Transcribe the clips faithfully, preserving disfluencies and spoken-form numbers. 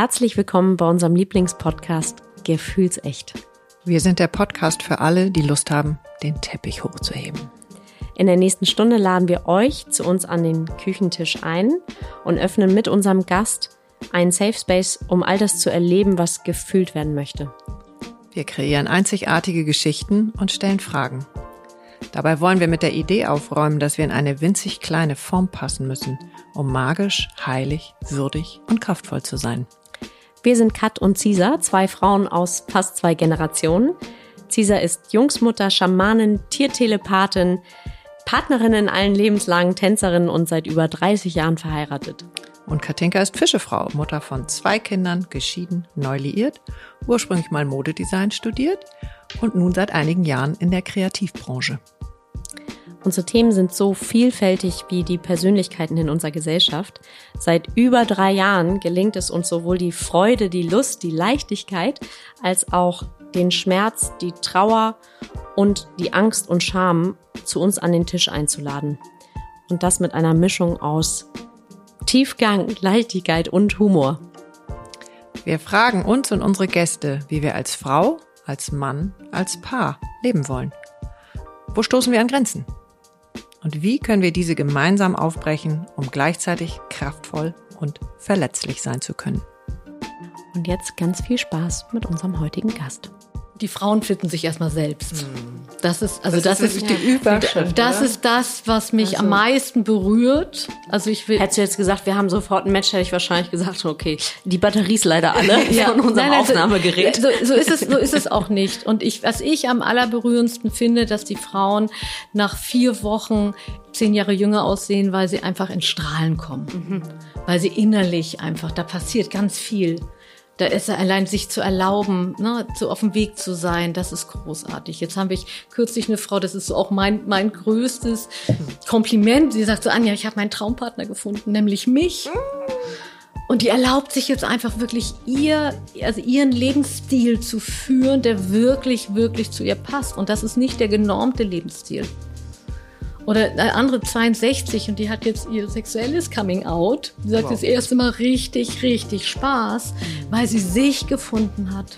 Herzlich willkommen bei unserem Lieblingspodcast Gefühlsecht. Wir sind der Podcast für alle, die Lust haben, den Teppich hochzuheben. In der nächsten Stunde laden wir euch zu uns an den Küchentisch ein und öffnen mit unserem Gast einen Safe Space, um all das zu erleben, was gefühlt werden möchte. Wir kreieren einzigartige Geschichten und stellen Fragen. Dabei wollen wir mit der Idee aufräumen, dass wir in eine winzig kleine Form passen müssen, um magisch, heilig, würdig und kraftvoll zu sein. Wir sind Kat und Cisa, zwei Frauen aus fast zwei Generationen. Cisa ist Jungsmutter, Schamanin, Tiertelepathin, Partnerin in allen Lebenslagen, Tänzerin und seit über dreißig Jahren verheiratet. Und Katinka ist Fischefrau, Mutter von zwei Kindern, geschieden, neu liiert, ursprünglich mal Modedesign studiert und nun seit einigen Jahren in der Kreativbranche. Unsere Themen sind so vielfältig wie die Persönlichkeiten in unserer Gesellschaft. Seit über drei Jahren gelingt es uns sowohl die Freude, die Lust, die Leichtigkeit, als auch den Schmerz, die Trauer und die Angst und Scham zu uns an den Tisch einzuladen. Und das mit einer Mischung aus Tiefgang, Leichtigkeit und Humor. Wir fragen uns und unsere Gäste, wie wir als Frau, als Mann, als Paar leben wollen. Wo stoßen wir an Grenzen? Und wie können wir diese gemeinsam aufbrechen, um gleichzeitig kraftvoll und verletzlich sein zu können? Und jetzt ganz viel Spaß mit unserem heutigen Gast. Die Frauen finden sich erstmal selbst. Das ist also das, das ist, ist die Überschrift. Das oder? ist das, was mich Also, am meisten berührt. Also ich will. Hättest du jetzt gesagt, wir haben sofort ein Match, hätte ich wahrscheinlich gesagt, okay, die Batterie ist leider alle Ja, von unserem nein, nein, Aufnahmegerät. So, so ist es, so ist es auch nicht. Und ich, was ich am allerberührendsten finde, dass die Frauen nach vier Wochen zehn Jahre jünger aussehen, weil sie einfach in Strahlen kommen, mhm. weil sie innerlich einfach, da passiert ganz viel. Da ist allein sich zu erlauben, ne, so auf dem Weg zu sein, das ist großartig. Jetzt habe ich kürzlich eine Frau, das ist so auch mein mein größtes Kompliment. Sie sagt so, Anja, ich habe meinen Traumpartner gefunden, nämlich mich. Und die erlaubt sich jetzt einfach wirklich ihr, also ihren Lebensstil zu führen, der wirklich, wirklich zu ihr passt. Und das ist nicht der genormte Lebensstil. Oder eine andere zweiundsechzig und die hat jetzt ihr sexuelles Coming-out. Die sagt, wow. Das erste Mal richtig, richtig Spaß, weil sie sich gefunden hat.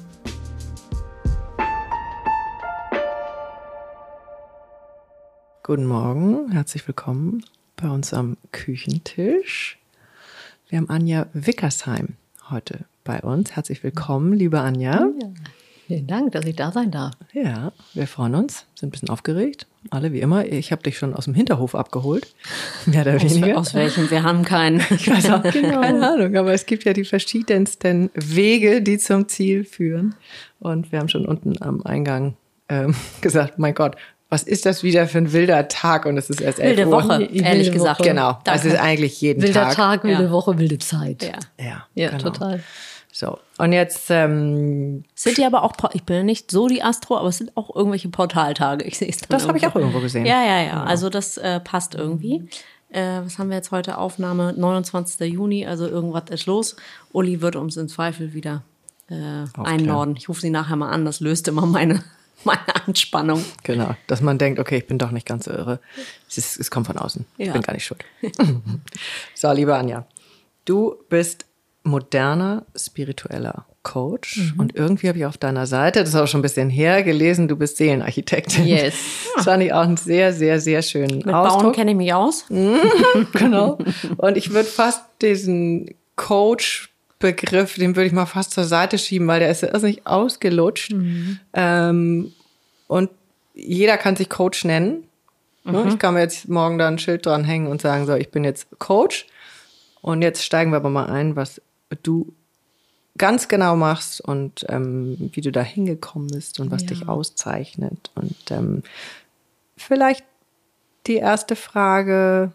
Guten Morgen, herzlich willkommen bei uns am Küchentisch. Wir haben Anja Wickersheim heute bei uns. Herzlich willkommen, liebe Anja. Ja. Vielen Dank, dass ich da sein darf. Ja, wir freuen uns, sind ein bisschen aufgeregt, alle wie immer. Ich habe dich schon aus dem Hinterhof abgeholt, mehr oder weniger. Aus, aus welchem? Wir haben keinen. Ich weiß auch genau. Keine Ahnung, aber es gibt ja die verschiedensten Wege, die zum Ziel führen. Und wir haben schon unten am Eingang ähm, gesagt, mein Gott, was ist das wieder für ein wilder Tag? Und es ist erst elf wilde Uhr. Woche, Wilde ehrlich Woche. gesagt. Genau, das ist eigentlich jeden wilder Tag. Wilder Tag, wilde Ja. Woche, wilde Zeit. Ja, Ja, ja genau. total. So, und jetzt ähm, sind die aber auch, ich bin ja nicht so die Astro, aber es sind auch irgendwelche Portaltage. Ich sehe es dann das habe ich irgendwo. auch irgendwo gesehen. Ja, ja, ja. Also das äh, passt irgendwie. Äh, was haben wir jetzt heute? Aufnahme neunundzwanzigster Juni, also irgendwas ist los. Uli wird uns im Zweifel wieder äh, einnorden. Ich rufe sie nachher mal an, das löst immer meine, meine Anspannung. Genau, dass man denkt, okay, ich bin doch nicht ganz so irre. Es, ist, es kommt von außen. Ich Ja. bin gar nicht schuld. So, liebe Anja, du bist moderner, spiritueller Coach. Mhm. Und irgendwie habe ich auf deiner Seite, das ist auch schon ein bisschen her, gelesen, du bist Seelenarchitektin. Yes. Das fand ich auch einen sehr, sehr, sehr schönen Mit Ausdruck. Bauen kenne ich mich aus. Genau. Und ich würde fast diesen Coach-Begriff, den würde ich mal fast zur Seite schieben, weil der ist ja irrsinnig ausgelutscht. Mhm. Ähm, und jeder kann sich Coach nennen. Mhm. Ich kann mir jetzt morgen da ein Schild dran hängen und sagen, so, ich bin jetzt Coach. Und jetzt steigen wir aber mal ein, was du ganz genau machst und ähm, wie du da hingekommen bist und was Ja. dich auszeichnet. Und ähm, vielleicht die erste Frage,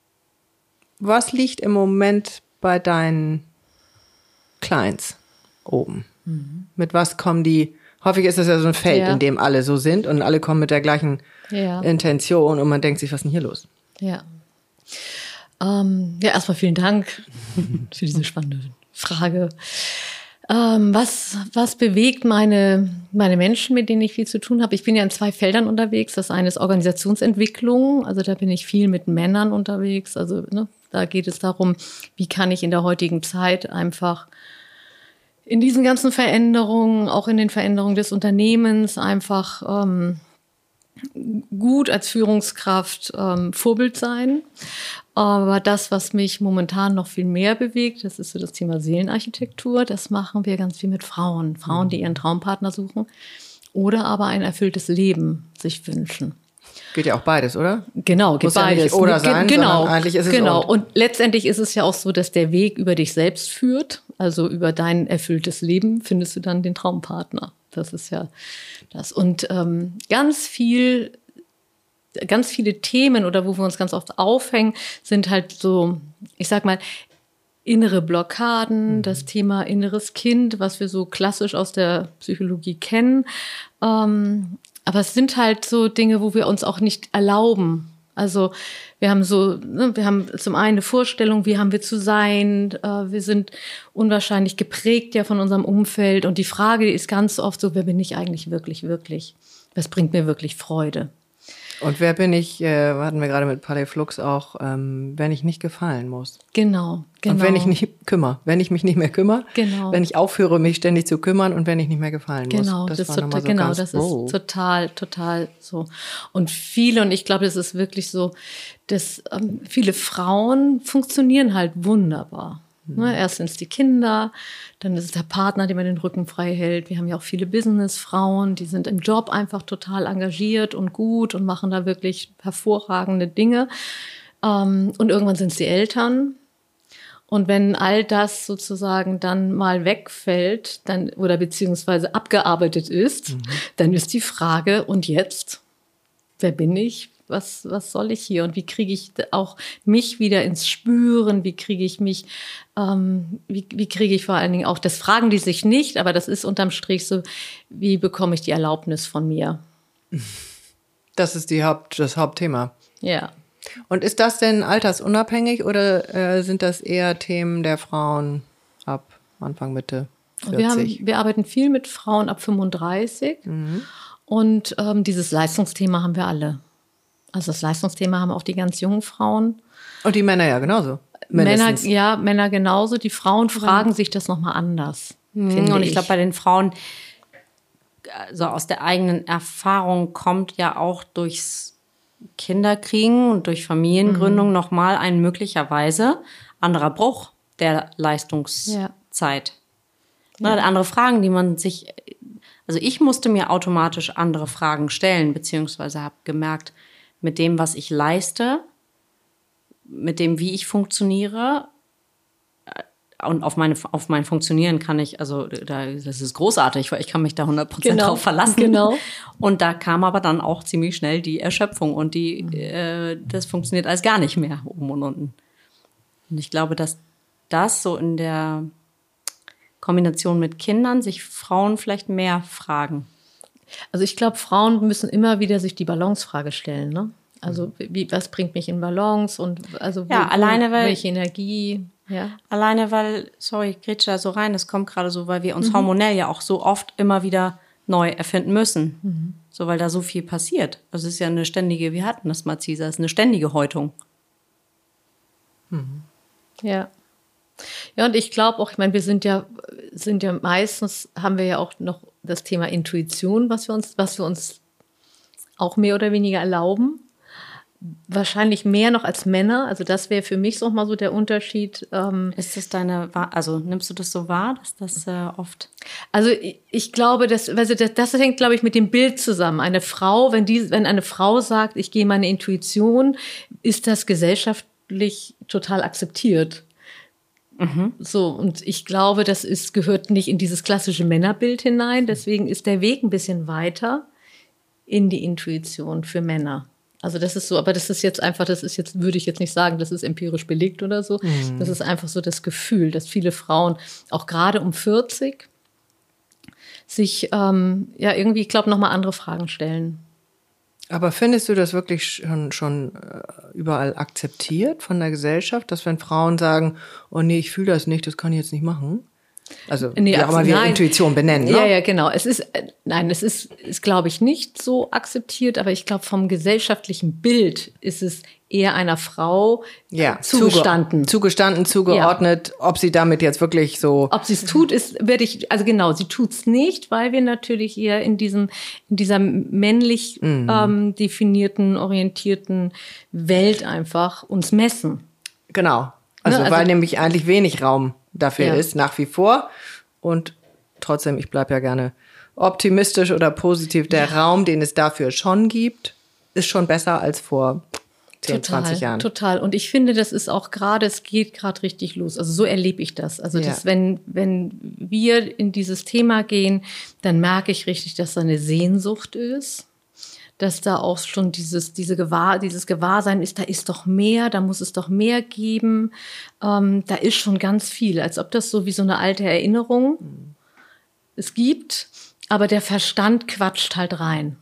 was liegt im Moment bei deinen Clients oben? Mhm. Mit was kommen die? Häufig ist das ja so ein Feld, Ja. in dem alle so sind und alle kommen mit der gleichen Ja. Intention und man denkt sich, was ist denn hier los? Ja. Ähm, ja, erstmal vielen Dank für diese spannende Frage. Ähm, was, was bewegt meine, meine Menschen, mit denen ich viel zu tun habe? Ich bin ja in zwei Feldern unterwegs. Das eine ist Organisationsentwicklung. Also da bin ich viel mit Männern unterwegs. Also ne, Da geht es darum, wie kann ich in der heutigen Zeit einfach in diesen ganzen Veränderungen, auch in den Veränderungen des Unternehmens, einfach ähm, gut als Führungskraft ähm, Vorbild sein. Aber das, was mich momentan noch viel mehr bewegt, das ist so das Thema Seelenarchitektur. Das machen wir ganz viel mit Frauen. Frauen, die ihren Traumpartner suchen oder aber ein erfülltes Leben sich wünschen. Geht ja auch beides, oder? Genau, geht Muss beides. Ja nicht oder sein, genau, eigentlich ist es genau. Und. Und letztendlich ist es ja auch so, dass der Weg über dich selbst führt. Also über dein erfülltes Leben findest du dann den Traumpartner. Das ist ja das. Und ähm, ganz viel, ganz viele Themen oder wo wir uns ganz oft aufhängen, sind halt so, ich sag mal, innere Blockaden, mhm. das Thema inneres Kind, was wir so klassisch aus der Psychologie kennen. Ähm, aber es sind halt so Dinge, wo wir uns auch nicht erlauben. Also wir haben so, ne, wir haben zum einen eine Vorstellung, wie haben wir zu sein. Äh, wir sind unwahrscheinlich geprägt ja von unserem Umfeld. Und die Frage ist ganz oft so, wer bin ich eigentlich wirklich, wirklich? Was bringt mir wirklich Freude? Und wer bin ich, äh, hatten wir gerade mit Palais Flux auch, ähm, wenn ich nicht gefallen muss. Genau, genau. Und wenn ich nicht kümmere, wenn ich mich nicht mehr kümmere, genau. wenn ich aufhöre, mich ständig zu kümmern und wenn ich nicht mehr gefallen genau, muss. Das, das war total, so genau, ganz, das oh. ist total, total so. Und viele, und ich glaube, das ist wirklich so, dass ähm, viele Frauen funktionieren halt wunderbar. Mhm. Ne, erst sind es die Kinder, dann ist es der Partner, dem man den Rücken frei hält. Wir haben ja auch viele Businessfrauen, die sind im Job einfach total engagiert und gut und machen da wirklich hervorragende Dinge. Ähm, und irgendwann sind es die Eltern. Und wenn all das sozusagen dann mal wegfällt, dann oder beziehungsweise abgearbeitet ist, mhm. dann ist die Frage, und jetzt? Wer bin ich? Was, was soll ich hier? Und wie kriege ich auch mich wieder ins Spüren? Wie kriege ich mich, ähm, wie, wie kriege ich vor allen Dingen auch, das fragen die sich nicht, aber das ist unterm Strich so, wie bekomme ich die Erlaubnis von mir? Das ist die Haupt, das Hauptthema. Ja. Und ist das denn altersunabhängig oder äh, sind das eher Themen der Frauen ab Anfang, Mitte vierzig? Wir, haben, wir arbeiten viel mit Frauen ab fünfunddreißig mhm. und ähm, dieses Leistungsthema haben wir alle. Also das Leistungsthema haben auch die ganz jungen Frauen. Und die Männer ja genauso. Männer, ja, Männer genauso. Die Frauen fragen sich das nochmal anders. Mhm. Und ich, ich. glaube, bei den Frauen, also aus der eigenen Erfahrung kommt ja auch durchs Kinderkriegen und durch Familiengründung mhm. nochmal ein möglicherweise anderer Bruch der Leistungszeit. Ja. Ja. Andere Fragen, die man sich, also ich musste mir automatisch andere Fragen stellen, beziehungsweise habe gemerkt, mit dem, was ich leiste, mit dem, wie ich funktioniere und auf, meine, auf mein Funktionieren kann ich, also da, das ist großartig, weil ich kann mich da hundert Prozent genau. drauf verlassen. Genau. Und da kam aber dann auch ziemlich schnell die Erschöpfung und die, mhm. äh, das funktioniert alles gar nicht mehr, oben und unten. Und ich glaube, dass das so in der Kombination mit Kindern sich Frauen vielleicht mehr fragen. Also ich glaube, Frauen müssen immer wieder sich die Balancefrage stellen, ne? Also wie, was bringt mich in Balance und also wo, ja, alleine, weil, welche Energie? Ja. Alleine, weil, sorry, ich grätsche da so rein, das kommt gerade so, weil wir uns mhm. hormonell ja auch so oft immer wieder neu erfinden müssen. Mhm. So, weil da so viel passiert. Also es ist ja eine ständige, wir hatten das mal, Cesar, es ist eine ständige Häutung. Mhm. Ja. Ja, und ich glaube auch, ich meine, wir sind ja, sind ja meistens, haben wir ja auch noch das Thema Intuition, was wir uns, was wir uns auch mehr oder weniger erlauben. Wahrscheinlich mehr noch als Männer. Also das wäre für mich so mal so der Unterschied. Ähm ist das deine, also nimmst du das so wahr, dass das äh, oft? Also ich, ich glaube, dass, also das, das hängt, glaube ich, mit dem Bild zusammen. Eine Frau, wenn die, wenn eine Frau sagt, ich gehe meine Intuition, ist das gesellschaftlich total akzeptiert. Mhm. So, und ich glaube, das ist, gehört nicht in dieses klassische Männerbild hinein. Deswegen ist der Weg ein bisschen weiter in die Intuition für Männer. Also das ist so, aber das ist jetzt einfach, das ist jetzt, würde ich jetzt nicht sagen, das ist empirisch belegt oder so. Mhm. Das ist einfach so das Gefühl, dass viele Frauen, auch gerade um vierzig, sich ähm, ja irgendwie, ich glaube, nochmal andere Fragen stellen. Aber findest du das wirklich schon, schon überall akzeptiert von der Gesellschaft, dass wenn Frauen sagen, oh nee, ich fühle das nicht, das kann ich jetzt nicht machen? Also Nee, wie auch immer wir nein. Intuition benennen. Ne? Ja, ja, genau. Es ist, äh, nein, es ist, ist glaube ich, nicht so akzeptiert, aber ich glaube, vom gesellschaftlichen Bild ist es eher einer Frau äh, Ja, zugestanden. Zuge- zugestanden, zugeordnet. Ob sie damit jetzt wirklich so... Ob sie es tut, ist, werde ich, also genau, sie tut's nicht, weil wir natürlich eher in diesem, in dieser männlich Mhm. ähm, definierten, orientierten Welt einfach uns messen. Genau. Also, Ne, also- weil nämlich eigentlich wenig Raum dafür Ja. ist, nach wie vor. Und trotzdem, ich bleibe ja gerne optimistisch oder positiv. Der Raum, den es dafür schon gibt, ist schon besser als vor zehn, zwanzig Jahren. Total. Und ich finde, das ist auch gerade, es geht gerade richtig los. Also so erlebe ich das. Also Ja. das, wenn, wenn wir in dieses Thema gehen, dann merke ich richtig, dass da eine Sehnsucht ist. Dass da auch schon dieses, diese Gewahr, dieses Gewahrsein ist, da ist doch mehr, da muss es doch mehr geben. Ähm, da ist schon ganz viel, als ob das so wie so eine alte Erinnerung Mhm. es gibt, aber der Verstand quatscht halt rein.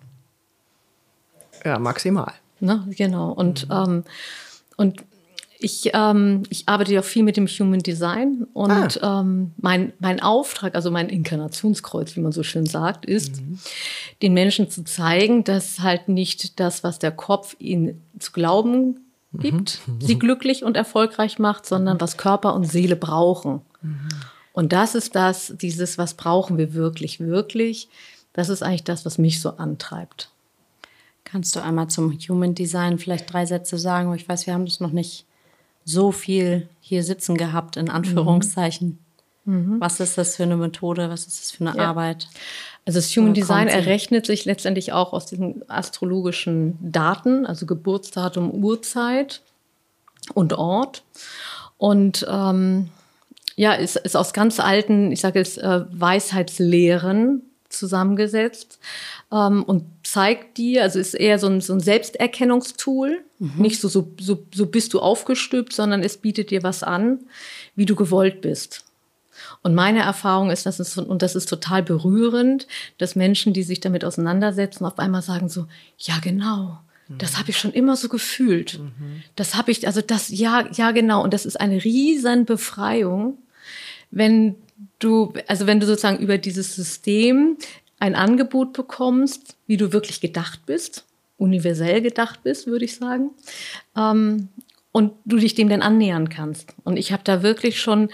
Ja, maximal. Ne? Genau. Und, ähm, und ich, ähm, ich arbeite ja auch viel mit dem Human Design und ähm, mein, mein Auftrag, also mein Inkarnationskreuz, wie man so schön sagt, ist, den Menschen zu zeigen, dass halt nicht das, was der Kopf ihnen zu glauben gibt, sie glücklich und erfolgreich macht, sondern was Körper und Seele brauchen. Und das ist das, dieses, was brauchen wir wirklich, wirklich, das ist eigentlich das, was mich so antreibt. Kannst du einmal zum Human Design vielleicht drei Sätze sagen? Ich weiß, wir haben das noch nicht so viel hier sitzen gehabt, in Anführungszeichen. Mhm. Was ist das für eine Methode? Was ist das für eine Ja. Arbeit? Also das Human Woher Design kommt sie? errechnet sich letztendlich auch aus diesen astrologischen Daten, also Geburtsdatum, Uhrzeit und Ort. Und ähm, ja, ist, ist aus ganz alten, ich sage jetzt, äh, Weisheitslehren zusammengesetzt ähm, und zeigt dir, also ist eher so ein, so ein Selbsterkennungstool, mhm. nicht so, so, so, so bist du aufgestülpt, sondern es bietet dir was an, wie du gewollt bist. Und meine Erfahrung ist, dass es, und das ist total berührend, dass Menschen, die sich damit auseinandersetzen, auf einmal sagen so, ja genau, das habe ich schon immer so gefühlt. Mhm. Das habe ich, also das, ja, ja genau. Und das ist eine riesen Befreiung, wenn du, also wenn du sozusagen über dieses System ein Angebot bekommst, wie du wirklich gedacht bist, universell gedacht bist, würde ich sagen, ähm, und du dich dem dann annähern kannst. Und ich habe da wirklich schon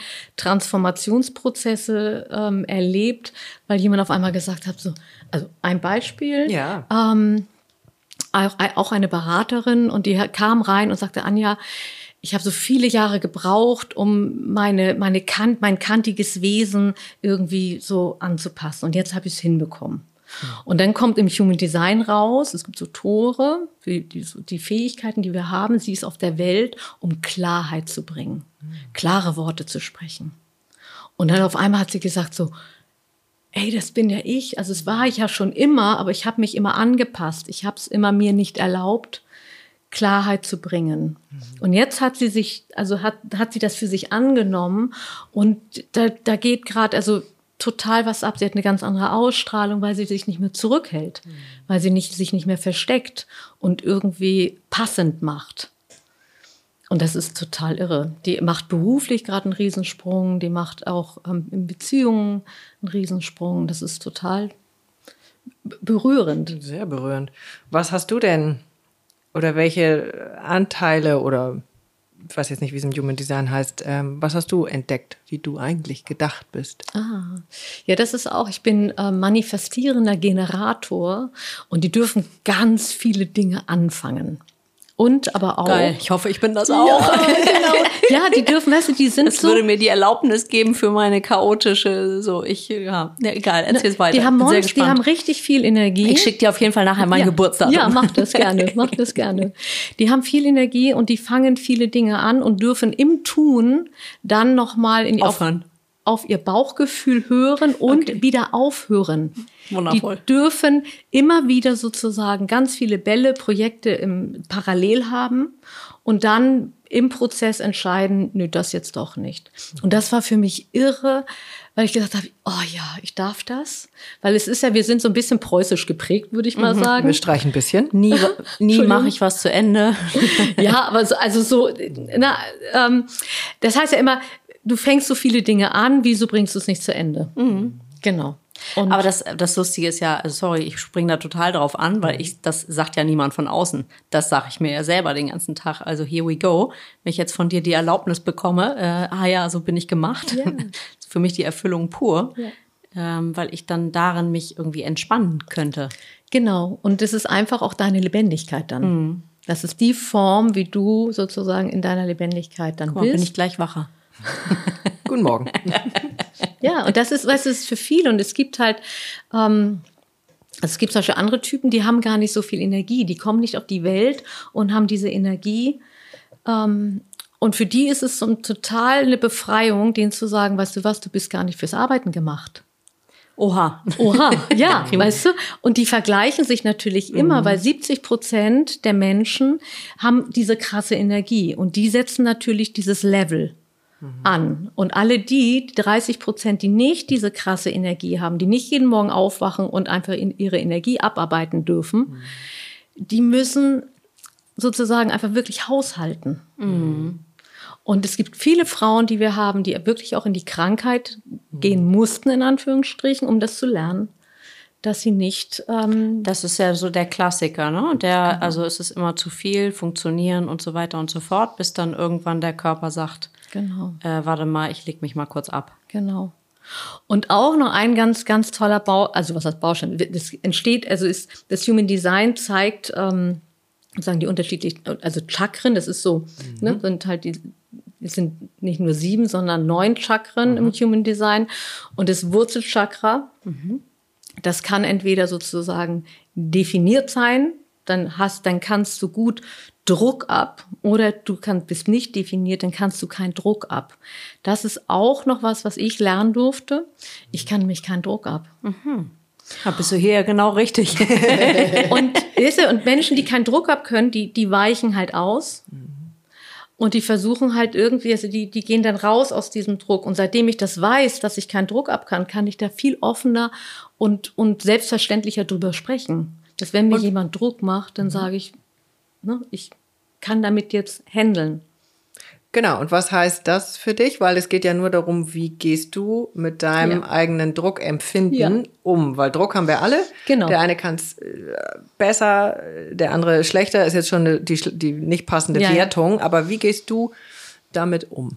Transformationsprozesse ähm, erlebt, weil jemand auf einmal gesagt hat, so, also ein Beispiel, Ja. ähm, auch, auch eine Beraterin, und die kam rein und sagte, Anja, ich habe so viele Jahre gebraucht, um meine, meine Kant, mein kantiges Wesen irgendwie so anzupassen. Und jetzt habe ich es hinbekommen. Und dann kommt im Human Design raus, es gibt so Tore, die, die, die Fähigkeiten, die wir haben, sie ist auf der Welt, um Klarheit zu bringen, klare Worte zu sprechen. Und dann auf einmal hat sie gesagt so, ey, das bin ja ich, also es war ich ja schon immer, aber ich habe mich immer angepasst, ich habe es immer mir nicht erlaubt, Klarheit zu bringen. Mhm. Und jetzt hat sie sich, also hat, hat sie das für sich angenommen und da, da geht gerade, also total was ab. Sie hat eine ganz andere Ausstrahlung, weil sie sich nicht mehr zurückhält, mhm. weil sie nicht, sich nicht mehr versteckt und irgendwie passend macht. Und das ist total irre. Die macht beruflich gerade einen Riesensprung, die macht auch ähm, in Beziehungen einen Riesensprung. Das ist total berührend. Sehr berührend. Was hast du denn oder welche Anteile oder ich weiß jetzt nicht, wie es im Human Design heißt, ähm, was hast du entdeckt, wie du eigentlich gedacht bist? Ah, ja, das ist auch, ich bin äh, manifestierender Generator und die dürfen ganz viele Dinge anfangen. Und aber auch. Geil, ich hoffe, ich bin das auch. Ja, genau. Ja, die dürfen, weißt du, die sind Es so. würde mir die Erlaubnis geben für meine chaotische, so ich, ja, ja egal, erzähl's weiter. Die haben, Bin sehr Monst, die gespannt. haben richtig viel Energie. Ich schicke dir auf jeden Fall nachher mein ja. Geburtsdatum. Ja, mach das gerne, mach das gerne. Die haben viel Energie und die fangen viele Dinge an und dürfen im Tun dann nochmal in auf, auf ihr Bauchgefühl hören und okay. wieder aufhören. Wundervoll. Die dürfen immer wieder sozusagen ganz viele Bälle, Projekte im Parallel haben und dann im Prozess entscheiden, nö, das jetzt doch nicht. Und das war für mich irre, weil ich gesagt habe, oh ja, ich darf das. Weil es ist ja, wir sind so ein bisschen preußisch geprägt, würde ich mal mhm. sagen. Wir streichen ein bisschen. Nie, nie mache ich was zu Ende. Ja, aber so, also so, na, ähm, das heißt ja immer, du fängst so viele Dinge an, wieso bringst du es nicht zu Ende? Mhm. Genau. Und Aber das, das Lustige ist ja, also sorry, ich springe da total drauf an, weil ich, das sagt ja niemand von außen. Das sage ich mir ja selber den ganzen Tag. Also here we go. Wenn ich jetzt von dir die Erlaubnis bekomme, äh, ah ja, so bin ich gemacht. Ja. Für mich die Erfüllung pur, ja. ähm, weil ich dann darin mich irgendwie entspannen könnte. Genau. Und das ist einfach auch deine Lebendigkeit dann. Mhm. Das ist die Form, wie du sozusagen in deiner Lebendigkeit dann Guck mal, bist. Bin ich gleich wacher. Guten Morgen. Ja, und das ist, weißt du, ist für viele. Und es gibt halt, ähm, es gibt solche andere Typen, die haben gar nicht so viel Energie. Die kommen nicht auf die Welt und haben diese Energie. Ähm, und für die ist es so ein, total eine Befreiung, denen zu sagen, weißt du was, du bist gar nicht fürs Arbeiten gemacht. Oha. Oha, ja, weißt du? Und die vergleichen sich natürlich immer, mhm. weil siebzig Prozent der Menschen haben diese krasse Energie. Und die setzen natürlich dieses Level an. Und alle die, die dreißig Prozent, die nicht diese krasse Energie haben, die nicht jeden Morgen aufwachen und einfach in ihre Energie abarbeiten dürfen, mhm. die müssen sozusagen einfach wirklich haushalten. Mhm. Und es gibt viele Frauen, die wir haben, die wirklich auch in die Krankheit mhm. gehen mussten, in Anführungsstrichen, um das zu lernen, dass sie nicht... Ähm das ist ja so der Klassiker, ne? Der, genau. Also es ist immer zu viel, funktionieren und so weiter und so fort, bis dann irgendwann der Körper sagt, genau. Äh, warte mal, ich leg mich mal kurz ab. Genau. Und auch noch ein ganz, ganz toller Bau, also was heißt Baustein? Das entsteht, also ist, das Human Design zeigt, ähm, sozusagen die unterschiedlichen, also Chakren, das ist so, mhm. ne, sind halt die, es sind nicht nur sieben, sondern neun Chakren mhm. im Human Design. Und das Wurzelchakra, mhm. das kann entweder sozusagen definiert sein, dann hast, dann kannst du gut Druck ab, oder du kannst, bist nicht definiert, dann kannst du keinen Druck ab. Das ist auch noch was, was ich lernen durfte. Ich kann mich keinen Druck ab. Mhm. Da bist du hier ja genau richtig. und, und Menschen, die keinen Druck ab können, die, die weichen halt aus. Mhm. Und die versuchen halt irgendwie, also die, die gehen dann raus aus diesem Druck. Und seitdem ich das weiß, dass ich keinen Druck ab kann, kann ich da viel offener und, und selbstverständlicher drüber sprechen. Dass wenn mir und, jemand Druck macht, dann mhm. sage ich, ne, ich kann damit jetzt handeln. Genau, und was heißt das für dich? Weil es geht ja nur darum, wie gehst du mit deinem ja. eigenen Druckempfinden ja. um? Weil Druck haben wir alle. Genau. Der eine kann es besser, der andere schlechter, ist jetzt schon die, die nicht passende ja, Wertung. Ja. Aber wie gehst du damit um?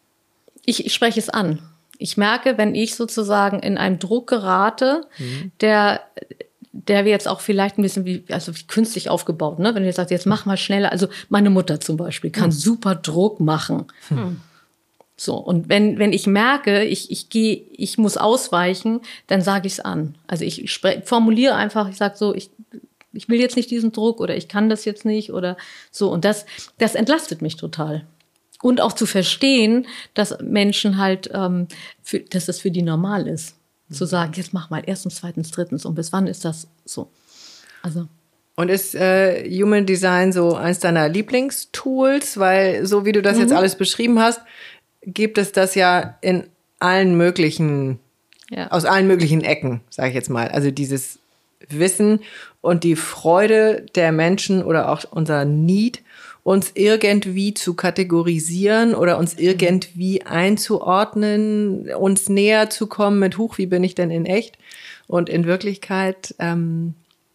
Ich, ich spreche es an. Ich merke, wenn ich sozusagen in einen Druck gerate, mhm. der... der wir jetzt auch vielleicht ein bisschen wie, also wie künstlich aufgebaut, ne? Wenn du jetzt sagst, jetzt mach mal schneller. Also meine Mutter zum Beispiel kann hm. super Druck machen. Hm. So, und wenn, wenn ich merke, ich, ich gehe, ich muss ausweichen, dann sage ich es an. Also ich spre- formuliere einfach, ich sage so, ich, ich will jetzt nicht diesen Druck oder ich kann das jetzt nicht oder so. Und das, das entlastet mich total. Und auch zu verstehen, dass Menschen halt, ähm, für, dass das für die normal ist. Zu sagen, jetzt mach mal erstens, zweitens, drittens und bis wann ist das so? Also. Und ist äh, Human Design so eins deiner Lieblingstools? Weil so wie du das mhm. jetzt alles beschrieben hast, gibt es das ja in allen möglichen, ja. aus allen möglichen Ecken, sage ich jetzt mal. Also dieses Wissen und die Freude der Menschen oder auch unser Need, uns irgendwie zu kategorisieren oder uns irgendwie einzuordnen, uns näher zu kommen mit, huch, wie bin ich denn in echt? Und in Wirklichkeit, ähm,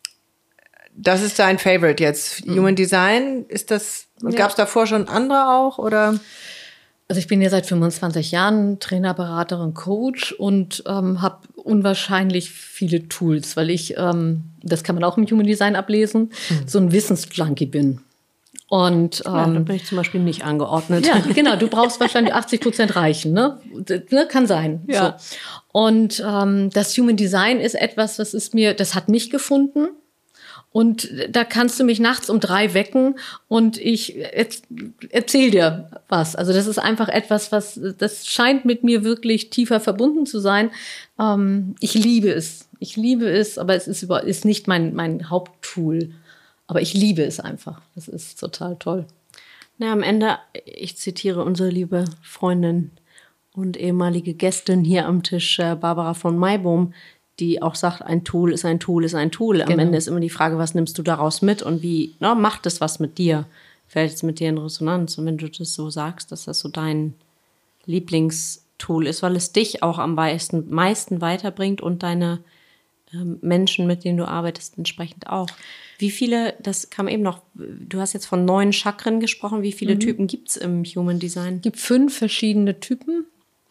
das ist dein Favorite jetzt. Mhm. Human Design, ist das, ja. gab es davor schon andere auch, oder? Also ich bin ja seit fünfundzwanzig Jahren Trainer, Beraterin, Coach und ähm, habe unwahrscheinlich viele Tools, weil ich, ähm, das kann man auch im Human Design ablesen, mhm. so ein Wissensjunkie bin. Und, ähm, ja, da bin ich zum Beispiel nicht angeordnet. Ja, genau. Du brauchst wahrscheinlich achtzig Prozent reichen, ne? ne? Kann sein. Ja. So. Und ähm, das Human Design ist etwas, das ist mir, das hat mich gefunden. Und da kannst du mich nachts um drei wecken und ich erzähl dir was. Also das ist einfach etwas, was, das scheint mit mir wirklich tiefer verbunden zu sein. Ähm, ich liebe es. Ich liebe es, aber es ist, über, ist nicht mein, mein Haupttool. Aber ich liebe es einfach. Das ist total toll. Na, am Ende, ich zitiere unsere liebe Freundin und ehemalige Gästin hier am Tisch, Barbara von Maibohm, die auch sagt, ein Tool ist ein Tool ist ein Tool. Am genau. Ende ist immer die Frage, was nimmst du daraus mit und wie ne, macht es was mit dir? Fällt es mit dir in Resonanz? Und wenn du das so sagst, dass das so dein Lieblingstool ist, weil es dich auch am meisten, meisten weiterbringt und deine ähm, Menschen, mit denen du arbeitest, entsprechend auch. Wie viele, das kam eben noch, du hast jetzt von neun Chakren gesprochen, wie viele mhm. Typen gibt es im Human Design? Es gibt fünf verschiedene Typen.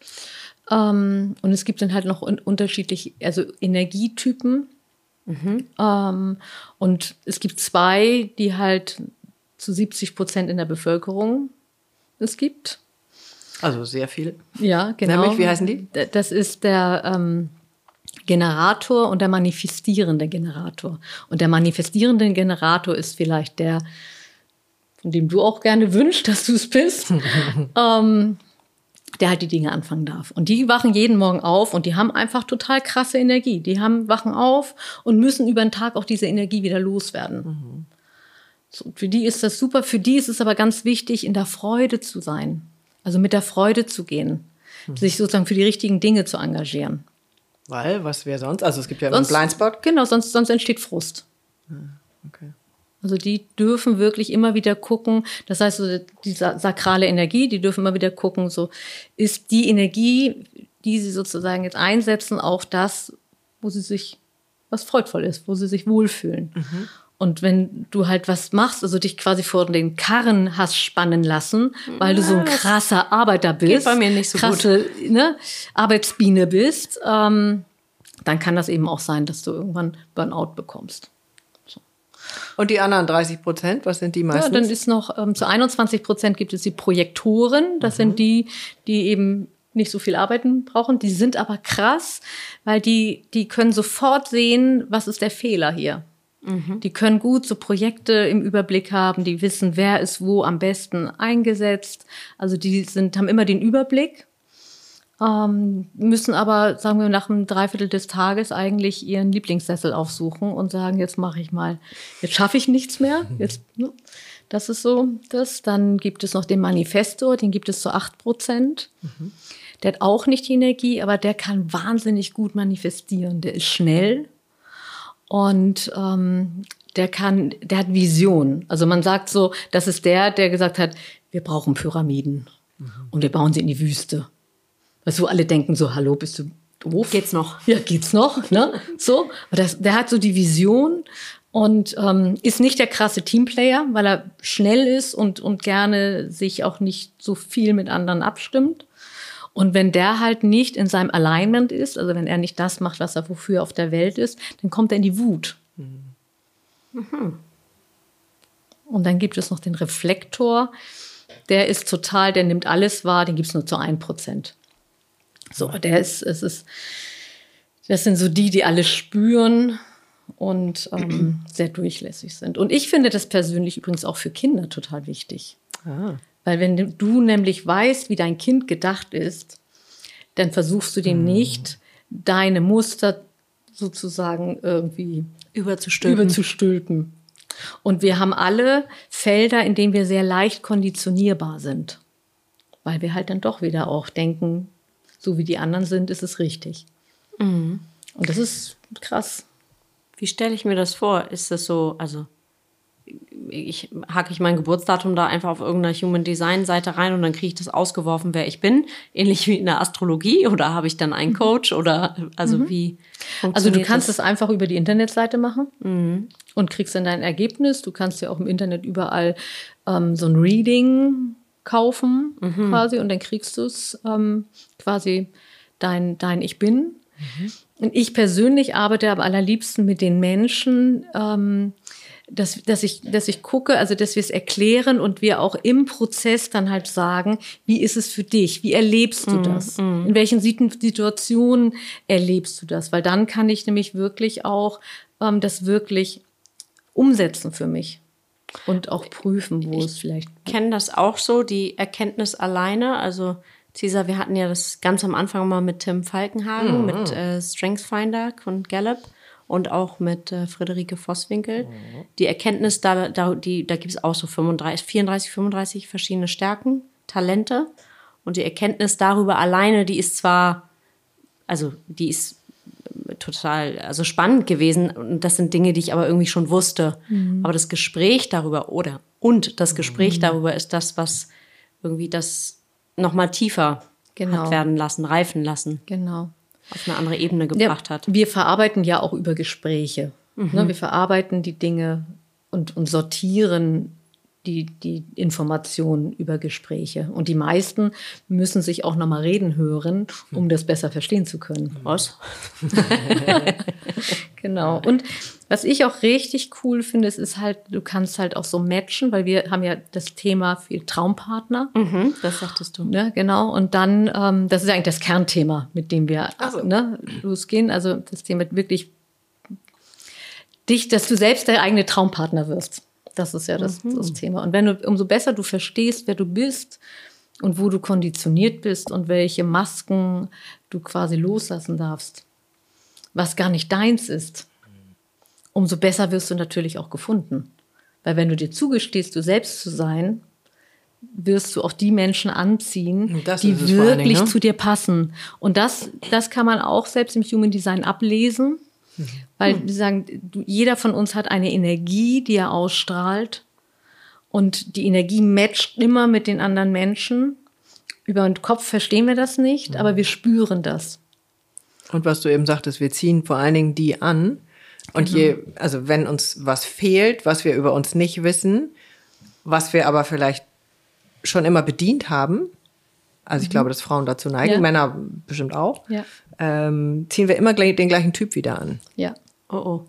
Ähm, und es gibt dann halt noch un- unterschiedliche, also Energietypen. Mhm. Ähm, und es gibt zwei, die halt zu siebzig Prozent in der Bevölkerung es gibt. Also sehr viele. Ja, genau. Nämlich, wie heißen die? Das ist der ähm, Generator und der manifestierende Generator. Und der manifestierende Generator ist vielleicht der, von dem du auch gerne wünschst, dass du es bist, ähm, der halt die Dinge anfangen darf. Und die wachen jeden Morgen auf und die haben einfach total krasse Energie. Die haben, wachen auf und müssen über den Tag auch diese Energie wieder loswerden. Mhm. So, für die ist das super. Für die ist es aber ganz wichtig, in der Freude zu sein. Also mit der Freude zu gehen. Mhm. Sich sozusagen für die richtigen Dinge zu engagieren. Weil, was wäre sonst? Also es gibt ja immer sonst, einen Blindspot. Genau, sonst, sonst entsteht Frust. Okay. Also die dürfen wirklich immer wieder gucken, das heißt, so die sakrale Energie, die dürfen immer wieder gucken, so ist die Energie, die sie sozusagen jetzt einsetzen, auch das, wo sie sich, was freudvoll ist, wo sie sich wohlfühlen. Mhm. Und wenn du halt was machst, also dich quasi vor den Karren hast spannen lassen, weil du so ein krasser Arbeiter bist, geht bei mir nicht so krasse, gut. Ne, Arbeitsbiene bist, ähm, dann kann das eben auch sein, dass du irgendwann Burnout bekommst. Und die anderen dreißig Prozent, was sind die meistens? Ja, dann ist noch, ähm, zu einundzwanzig Prozent gibt es die Projektoren. Das mhm. sind die, die eben nicht so viel arbeiten brauchen. Die sind aber krass, weil die, die können sofort sehen, was ist der Fehler hier. Mhm. Die können gut so Projekte im Überblick haben. Die wissen, wer ist wo am besten eingesetzt. Also die sind, haben immer den Überblick. Ähm, müssen aber, sagen wir, nach einem Dreiviertel des Tages eigentlich ihren Lieblingssessel aufsuchen und sagen, jetzt mache ich mal, jetzt schaffe ich nichts mehr. Jetzt, ne? Das ist so das. Dann gibt es noch den Manifestor, den gibt es zu acht Prozent. Mhm. Der hat auch nicht die Energie, aber der kann wahnsinnig gut manifestieren. Der ist schnell und ähm, der kann, der hat Vision. Also man sagt so, das ist der, der gesagt hat, wir brauchen Pyramiden mhm. und wir bauen sie in die Wüste. Weißt du, alle denken so, hallo, bist du doof? Geht's noch? Ja, geht's noch, ne? So, aber das, der hat so die Vision und ähm, ist nicht der krasse Teamplayer, weil er schnell ist und, und gerne sich auch nicht so viel mit anderen abstimmt. Und wenn der halt nicht in seinem Alignment ist, also wenn er nicht das macht, was er wofür auf der Welt ist, dann kommt er in die Wut. Mhm. Und dann gibt es noch den Reflektor. Der ist total, der nimmt alles wahr, den gibt's nur zu ein Prozent. So, der ist, es ist, das sind so die, die alles spüren und ähm, sehr durchlässig sind. Und ich finde das persönlich übrigens auch für Kinder total wichtig. Ah. Weil wenn du nämlich weißt, wie dein Kind gedacht ist, dann versuchst du dem mhm. nicht, deine Muster sozusagen irgendwie überzustülpen. überzustülpen. Und wir haben alle Felder, in denen wir sehr leicht konditionierbar sind. Weil wir halt dann doch wieder auch denken, so wie die anderen sind, ist es richtig. Mhm. Und das ist krass. Wie stelle ich mir das vor? Ist das so, also ich hacke ich mein Geburtsdatum da einfach auf irgendeiner Human Design Seite rein und dann kriege ich das ausgeworfen, wer ich bin, ähnlich wie in der Astrologie, oder habe ich dann einen Coach oder also mhm. wie funktioniert Also du kannst das? Es einfach über die Internetseite machen mhm. und kriegst dann dein Ergebnis. Du kannst ja auch im Internet überall ähm, so ein Reading kaufen mhm. quasi und dann kriegst du es ähm, quasi dein, dein Ich Bin. Mhm. Und ich persönlich arbeite am allerliebsten mit den Menschen, ähm, dass, dass, ich, dass ich gucke, also dass wir es erklären und wir auch im Prozess dann halt sagen, wie ist es für dich? Wie erlebst du das? Mhm. In welchen Situationen erlebst du das? Weil dann kann ich nämlich wirklich auch ähm, das wirklich umsetzen für mich. Und auch prüfen, wo ich es vielleicht... Ich kenne das auch so, die Erkenntnis alleine. Also, Cesar, wir hatten ja das ganz am Anfang mal mit Tim Falkenhagen, mhm. mit äh, StrengthsFinder von Gallup und auch mit äh, Friederike Vosswinkel. Mhm. Die Erkenntnis, da, da, die, da gibt es auch so fünfunddreißig, vierunddreißig, fünfunddreißig verschiedene Stärken, Talente. Und die Erkenntnis darüber alleine, die ist zwar, also die ist total, also spannend gewesen. Und das sind Dinge, die ich aber irgendwie schon wusste. Mhm. Aber das Gespräch darüber, oder, und das Gespräch mhm. darüber ist das, was irgendwie das nochmal tiefer genau. hat werden lassen, reifen lassen. Genau. Auf eine andere Ebene gebracht ja, hat. Wir verarbeiten ja auch über Gespräche. Mhm. Ne, wir verarbeiten die Dinge und, und sortieren die, die Informationen über Gespräche. Und die meisten müssen sich auch nochmal reden hören, um das besser verstehen zu können. Was? Genau. Und was ich auch richtig cool finde, es ist halt, du kannst halt auch so matchen, weil wir haben ja das Thema für Traumpartner. Mhm, das sagtest du. Ne, genau. Und dann, ähm, das ist eigentlich das Kernthema, mit dem wir so. ne, losgehen. Also das Thema wirklich dich, dass du selbst der eigene Traumpartner wirst. Das ist ja das, mhm. das Thema. Und wenn du, umso besser du verstehst, wer du bist und wo du konditioniert bist und welche Masken du quasi loslassen darfst, was gar nicht deins ist, umso besser wirst du natürlich auch gefunden. Weil wenn du dir zugestehst, du selbst zu sein, wirst du auch die Menschen anziehen, die wirklich Dingen, ne? zu dir passen. Und das, das kann man auch selbst im Human Design ablesen. Mhm. Weil wir sagen, du, jeder von uns hat eine Energie, die er ausstrahlt. Und die Energie matcht immer mit den anderen Menschen. Über den Kopf verstehen wir das nicht, mhm. aber wir spüren das. Und was du eben sagtest, wir ziehen vor allen Dingen die an. Und genau. je, also wenn uns was fehlt, was wir über uns nicht wissen, was wir aber vielleicht schon immer bedient haben, also ich mhm. glaube, dass Frauen dazu neigen, ja. Männer bestimmt auch, ja. ähm, ziehen wir immer den gleichen Typ wieder an. Ja. Oh oh.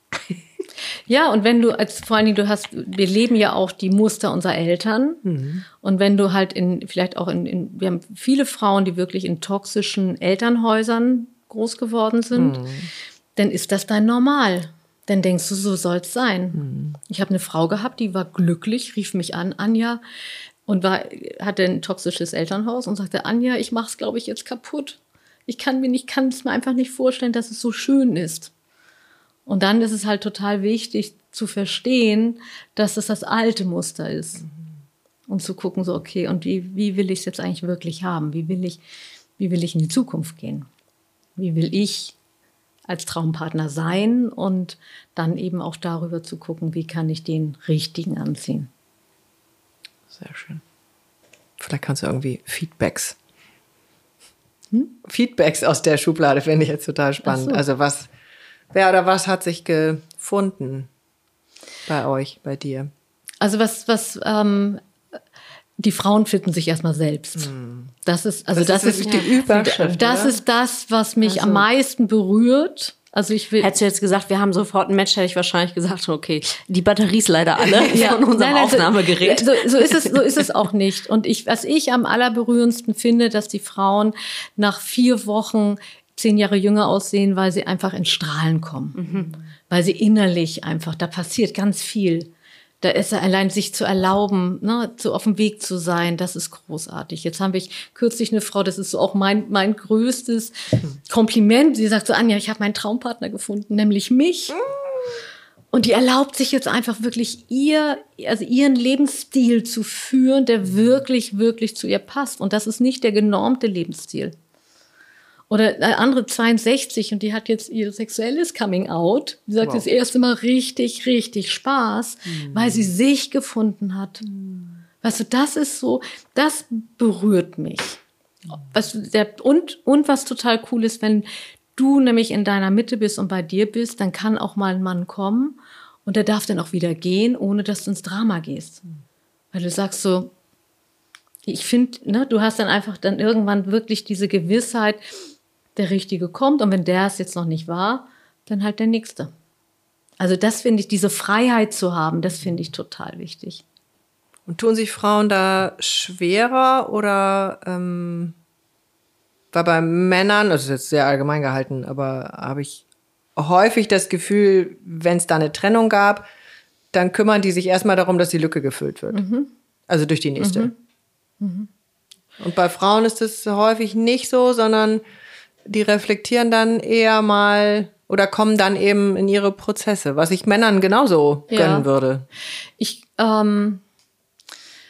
Ja, und wenn du, als vor allen Dingen, du hast, wir leben ja auch die Muster unserer Eltern. Mhm. Und wenn du halt in, vielleicht auch in, in, wir haben viele Frauen, die wirklich in toxischen Elternhäusern groß geworden sind, mhm. dann ist das dein Normal. Dann denkst du, so soll es sein. Mhm. Ich habe eine Frau gehabt, die war glücklich, rief mich an, Anja, und war, hatte ein toxisches Elternhaus und sagte, Anja, ich mache es, glaube ich, jetzt kaputt. Ich kann mir nicht, kann es mir einfach nicht vorstellen, dass es so schön ist. Und dann ist es halt total wichtig zu verstehen, dass es das alte Muster ist. Mhm. Und zu gucken, so okay, und wie, wie will ich es jetzt eigentlich wirklich haben? Wie will ich, wie will ich in die Zukunft gehen? Wie will ich als Traumpartner sein? Und dann eben auch darüber zu gucken, wie kann ich den Richtigen anziehen. Sehr schön. Vielleicht kannst du irgendwie Feedbacks. Hm? Feedbacks aus der Schublade finde ich jetzt total spannend. So. Also was, wer oder was hat sich gefunden bei euch, bei dir? Also was, was ähm, die Frauen finden sich erstmal selbst. Hm. Das ist, also das, das ist, ist die Überschrift. Das oder? Ist das, was mich also. am meisten berührt. Also ich will. Hättest du jetzt gesagt, wir haben sofort ein Match, hätte ich wahrscheinlich gesagt, okay, die Batterie ist leider alle ja. von unserem nein, nein, Aufnahmegerät. So, so ist es, so ist es auch nicht. Und ich, was ich am allerberührendsten finde, dass die Frauen nach vier Wochen zehn Jahre jünger aussehen, weil sie einfach in Strahlen kommen. Mhm. Weil sie innerlich einfach, da passiert ganz viel. Da ist er allein, sich zu erlauben, ne, so auf dem Weg zu sein, das ist großartig. Jetzt habe ich kürzlich eine Frau, das ist so auch mein, mein größtes Kompliment. Sie sagt so, Anja, ich habe meinen Traumpartner gefunden, nämlich mich. Und die erlaubt sich jetzt einfach wirklich ihr, also ihren Lebensstil zu führen, der wirklich, wirklich zu ihr passt. Und das ist nicht der genormte Lebensstil. Oder eine andere zweiundsechzig und die hat jetzt ihr sexuelles Coming Out. Die sagt, wow. das erste Mal richtig, richtig Spaß, mhm. weil sie sich gefunden hat. Mhm. Weißt du, das ist so, das berührt mich. Weißt du, der, und, und was total cool ist, wenn du nämlich in deiner Mitte bist und bei dir bist, dann kann auch mal ein Mann kommen und der darf dann auch wieder gehen, ohne dass du ins Drama gehst. Mhm. Weil du sagst so, ich finde, ne, du hast dann einfach dann irgendwann wirklich diese Gewissheit, der Richtige kommt und wenn der es jetzt noch nicht war, dann halt der Nächste. Also das finde ich, diese Freiheit zu haben, das finde ich total wichtig. Und tun sich Frauen da schwerer oder ähm, weil bei Männern, das ist jetzt sehr allgemein gehalten, aber habe ich häufig das Gefühl, wenn es da eine Trennung gab, dann kümmern die sich erstmal darum, dass die Lücke gefüllt wird. Mhm. Also durch die nächste. Mhm. Mhm. Und bei Frauen ist das häufig nicht so, sondern die reflektieren dann eher mal oder kommen dann eben in ihre Prozesse, was ich Männern genauso ja. gönnen würde. Ich, ähm,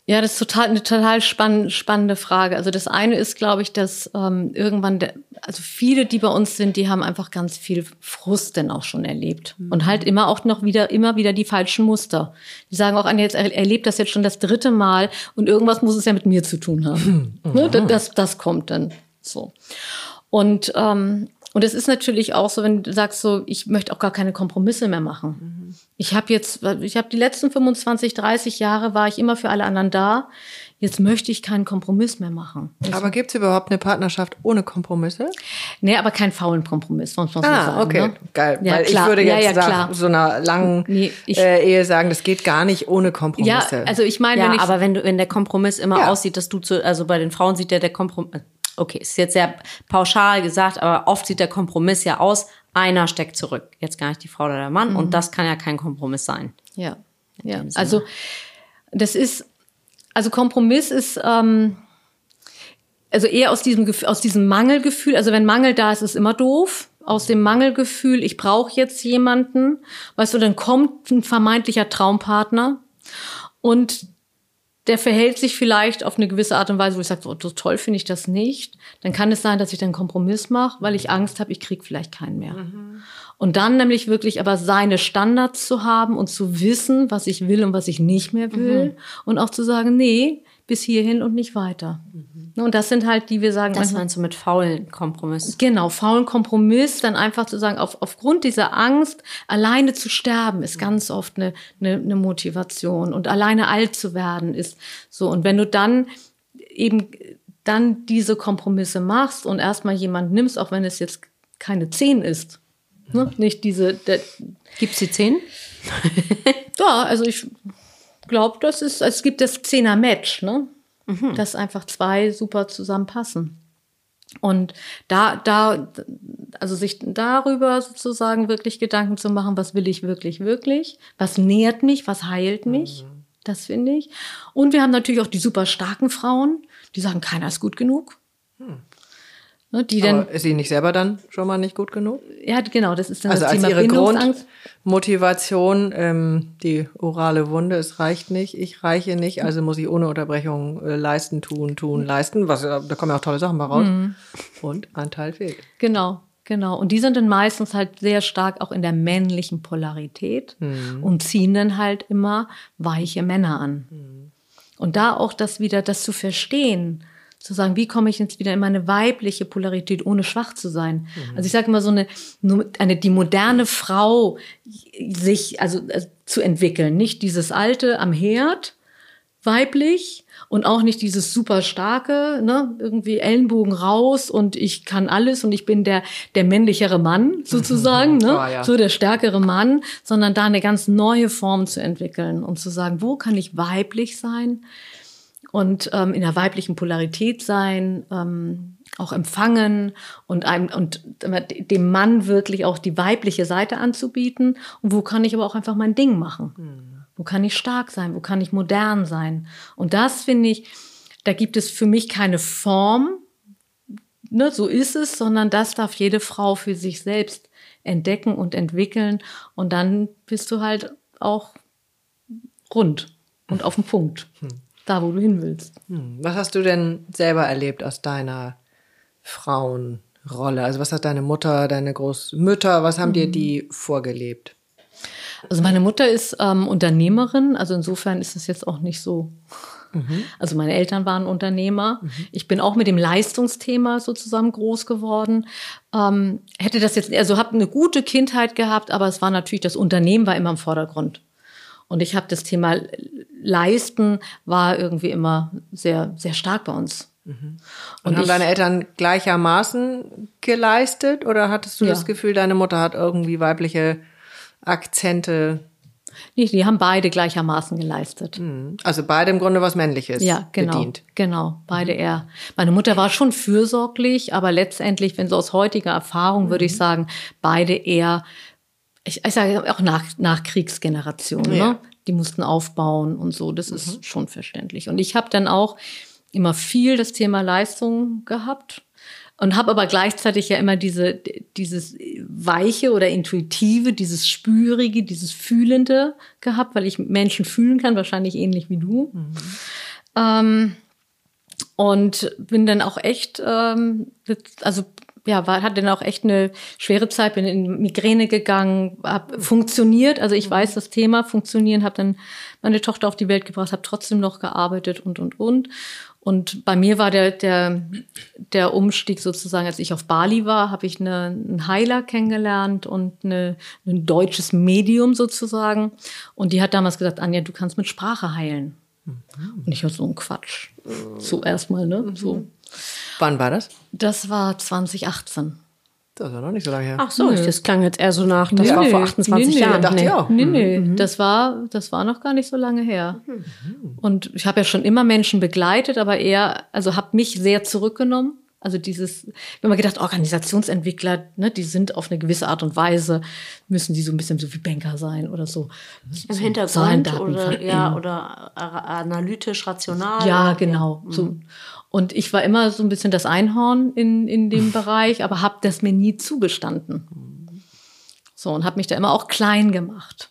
Ja, das ist total eine total spann, spannende Frage. Also das eine ist, glaube ich, dass ähm, irgendwann, der, also viele, die bei uns sind, die haben einfach ganz viel Frust denn auch schon erlebt. Mhm. Und halt immer auch noch wieder, immer wieder die falschen Muster. Die sagen auch, Anja, jetzt erlebt das jetzt schon das dritte Mal und irgendwas muss es ja mit mir zu tun haben. Mhm. Ne? Das, das kommt dann so. Und ähm, Und es ist natürlich auch so, wenn du sagst so, ich möchte auch gar keine Kompromisse mehr machen. Mhm. Ich habe jetzt, ich habe die letzten fünfundzwanzig, dreißig Jahre war ich immer für alle anderen da. Jetzt möchte ich keinen Kompromiss mehr machen. Aber gibt es überhaupt eine Partnerschaft ohne Kompromisse? Nee, aber keinen faulen Kompromiss, sonst muss man ah, sagen. okay, ne? Geil. Ja, Weil klar. ich würde jetzt ja, ja, nach klar. so einer langen nee, ich, äh, Ehe sagen, das geht gar nicht ohne Kompromisse. Ja, also ich meine, ja, wenn ich aber wenn du, wenn der Kompromiss immer ja. aussieht, dass du zu, also bei den Frauen sieht ja der Kompromiss, okay, ist jetzt sehr pauschal gesagt, aber oft sieht der Kompromiss ja aus, einer steckt zurück. Jetzt gar nicht die Frau oder der Mann. Mhm. Und das kann ja kein Kompromiss sein. Ja, ja. Also das ist, also Kompromiss ist, ähm, also eher aus diesem, aus diesem Mangelgefühl. Also wenn Mangel da ist, ist immer doof. Aus dem Mangelgefühl, ich brauche jetzt jemanden. Weißt du, dann kommt ein vermeintlicher Traumpartner und der verhält sich vielleicht auf eine gewisse Art und Weise, wo ich sage, so, so toll finde ich das nicht. Dann kann es sein, dass ich dann einen Kompromiss mache, weil ich Angst habe, ich kriege vielleicht keinen mehr. Mhm. Und dann nämlich wirklich aber seine Standards zu haben und zu wissen, was ich will und was ich nicht mehr will. Mhm. Und auch zu sagen, nee, bis hierhin und nicht weiter. Mhm. Und das sind halt die, wir sagen... Das meinst du mit faulen Kompromiss? Genau, faulen Kompromiss, dann einfach zu sagen, auf, aufgrund dieser Angst, alleine zu sterben, ist ganz oft eine, eine, eine Motivation. Und alleine alt zu werden ist so. Und wenn du dann eben dann diese Kompromisse machst und erstmal jemanden nimmst, auch wenn es jetzt keine zehn ist, ne? Nicht diese... Der, gibt's die zehn? Ja, also ich glaube, das ist, es gibt das Zehner-Match, ne? Mhm. Dass einfach zwei super zusammenpassen. Und da, da, also sich darüber sozusagen wirklich Gedanken zu machen, was will ich wirklich, wirklich? Was nährt mich? Was heilt mich? Mhm. Das finde ich. Und wir haben natürlich auch die super starken Frauen, die sagen, keiner ist gut genug. Mhm. Ne, die Aber dann, ist sie nicht selber dann schon mal nicht gut genug? Ja, genau, das ist dann also das als Thema ihre Bindungsangst. Grundmotivation, ähm, die orale Wunde, es reicht nicht, ich reiche nicht, also muss ich ohne Unterbrechung äh, leisten, tun, tun, leisten. Was, da kommen ja auch tolle Sachen bei raus. Mhm. Und ein Teil fehlt. Genau, genau. Und die sind dann meistens halt sehr stark auch in der männlichen Polarität mhm. und ziehen dann halt immer weiche Männer an. Mhm. Und da auch das wieder, das zu verstehen, zu sagen, wie komme ich jetzt wieder in meine weibliche Polarität, ohne schwach zu sein. Mhm. Also ich sage immer so eine, eine, die moderne Frau sich, also, also zu entwickeln. Nicht dieses alte am Herd, weiblich, und auch nicht dieses super starke, ne, irgendwie Ellenbogen raus und ich kann alles und ich bin der, der männlichere Mann sozusagen, ne, oh, ja. so der stärkere Mann, sondern da eine ganz neue Form zu entwickeln und zu sagen, wo kann ich weiblich sein? Und ähm, in der weiblichen Polarität sein, ähm, auch empfangen und einem und dem Mann wirklich auch die weibliche Seite anzubieten. Und wo kann ich aber auch einfach mein Ding machen? Hm. Wo kann ich stark sein? Wo kann ich modern sein? Und das finde ich, da gibt es für mich keine Form, ne, so ist es, sondern das darf jede Frau für sich selbst entdecken und entwickeln. Und dann bist du halt auch rund und auf den Punkt. Hm. Da, wo du hin willst. Was hast du denn selber erlebt aus deiner Frauenrolle? Also was hat deine Mutter, deine Großmütter, was haben mhm. dir die vorgelebt? Also meine Mutter ist ähm, Unternehmerin, also insofern ist es jetzt auch nicht so. Mhm. Also meine Eltern waren Unternehmer. Mhm. Ich bin auch mit dem Leistungsthema so zusammen groß geworden. Ähm, hätte das jetzt, also habe eine gute Kindheit gehabt, aber es war natürlich, das Unternehmen war immer im Vordergrund. Und ich habe das Thema Leisten war irgendwie immer sehr, sehr stark bei uns. Mhm. Und, Und haben ich, deine Eltern gleichermaßen geleistet? Oder hattest du ja. das Gefühl, deine Mutter hat irgendwie weibliche Akzente? Nee, die haben beide gleichermaßen geleistet. Also beide im Grunde was Männliches ja, genau, bedient. Genau, beide mhm. eher. Meine Mutter war schon fürsorglich, aber letztendlich, wenn so aus heutiger Erfahrung, mhm. würde ich sagen, beide eher... Ich, ich sage auch nach, nach Kriegsgeneration, ja. ne? Die mussten aufbauen und so, das mhm. ist schon verständlich. Und ich habe dann auch immer viel das Thema Leistung gehabt und habe aber gleichzeitig ja immer diese, dieses Weiche oder Intuitive, dieses Spürige, dieses Fühlende gehabt, weil ich Menschen fühlen kann, wahrscheinlich ähnlich wie du. Mhm. Ähm, und bin dann auch echt, ähm, also ja, war, hatte dann auch echt eine schwere Zeit, bin in Migräne gegangen, habe funktioniert, also ich weiß das Thema, funktionieren, habe dann meine Tochter auf die Welt gebracht, habe trotzdem noch gearbeitet und, und, und. Und bei mir war der, der, der Umstieg sozusagen, als ich auf Bali war, habe ich eine, einen Heiler kennengelernt und eine, ein deutsches Medium sozusagen. Und die hat damals gesagt, Anja, du kannst mit Sprache heilen. Mhm. Und ich hatte so einen Quatsch. So erstmal, ne? Mhm. So. Wann war das? Das war zwanzig achtzehn. Das war noch nicht so lange her. Ach so, nee. Das klang jetzt eher so nach, das nee, war vor achtundzwanzig nee, Jahren. Nee, dachte nee. ich auch. Nee, nee, mhm. das war, das war noch gar nicht so lange her. Mhm. Und ich habe ja schon immer Menschen begleitet, aber eher, also habe mich sehr zurückgenommen. Also dieses, ich habe immer gedacht, Organisationsentwickler, ne, die sind auf eine gewisse Art und Weise, müssen die so ein bisschen so wie Banker sein oder so. Im so Hintergrund Zahlen, Daten, oder, Fakten. ja, oder analytisch, rational. Ja, oder, genau. Ja. So. Und ich war immer so ein bisschen das Einhorn in, in dem Bereich, aber habe das mir nie zugestanden. So, und habe mich da immer auch klein gemacht.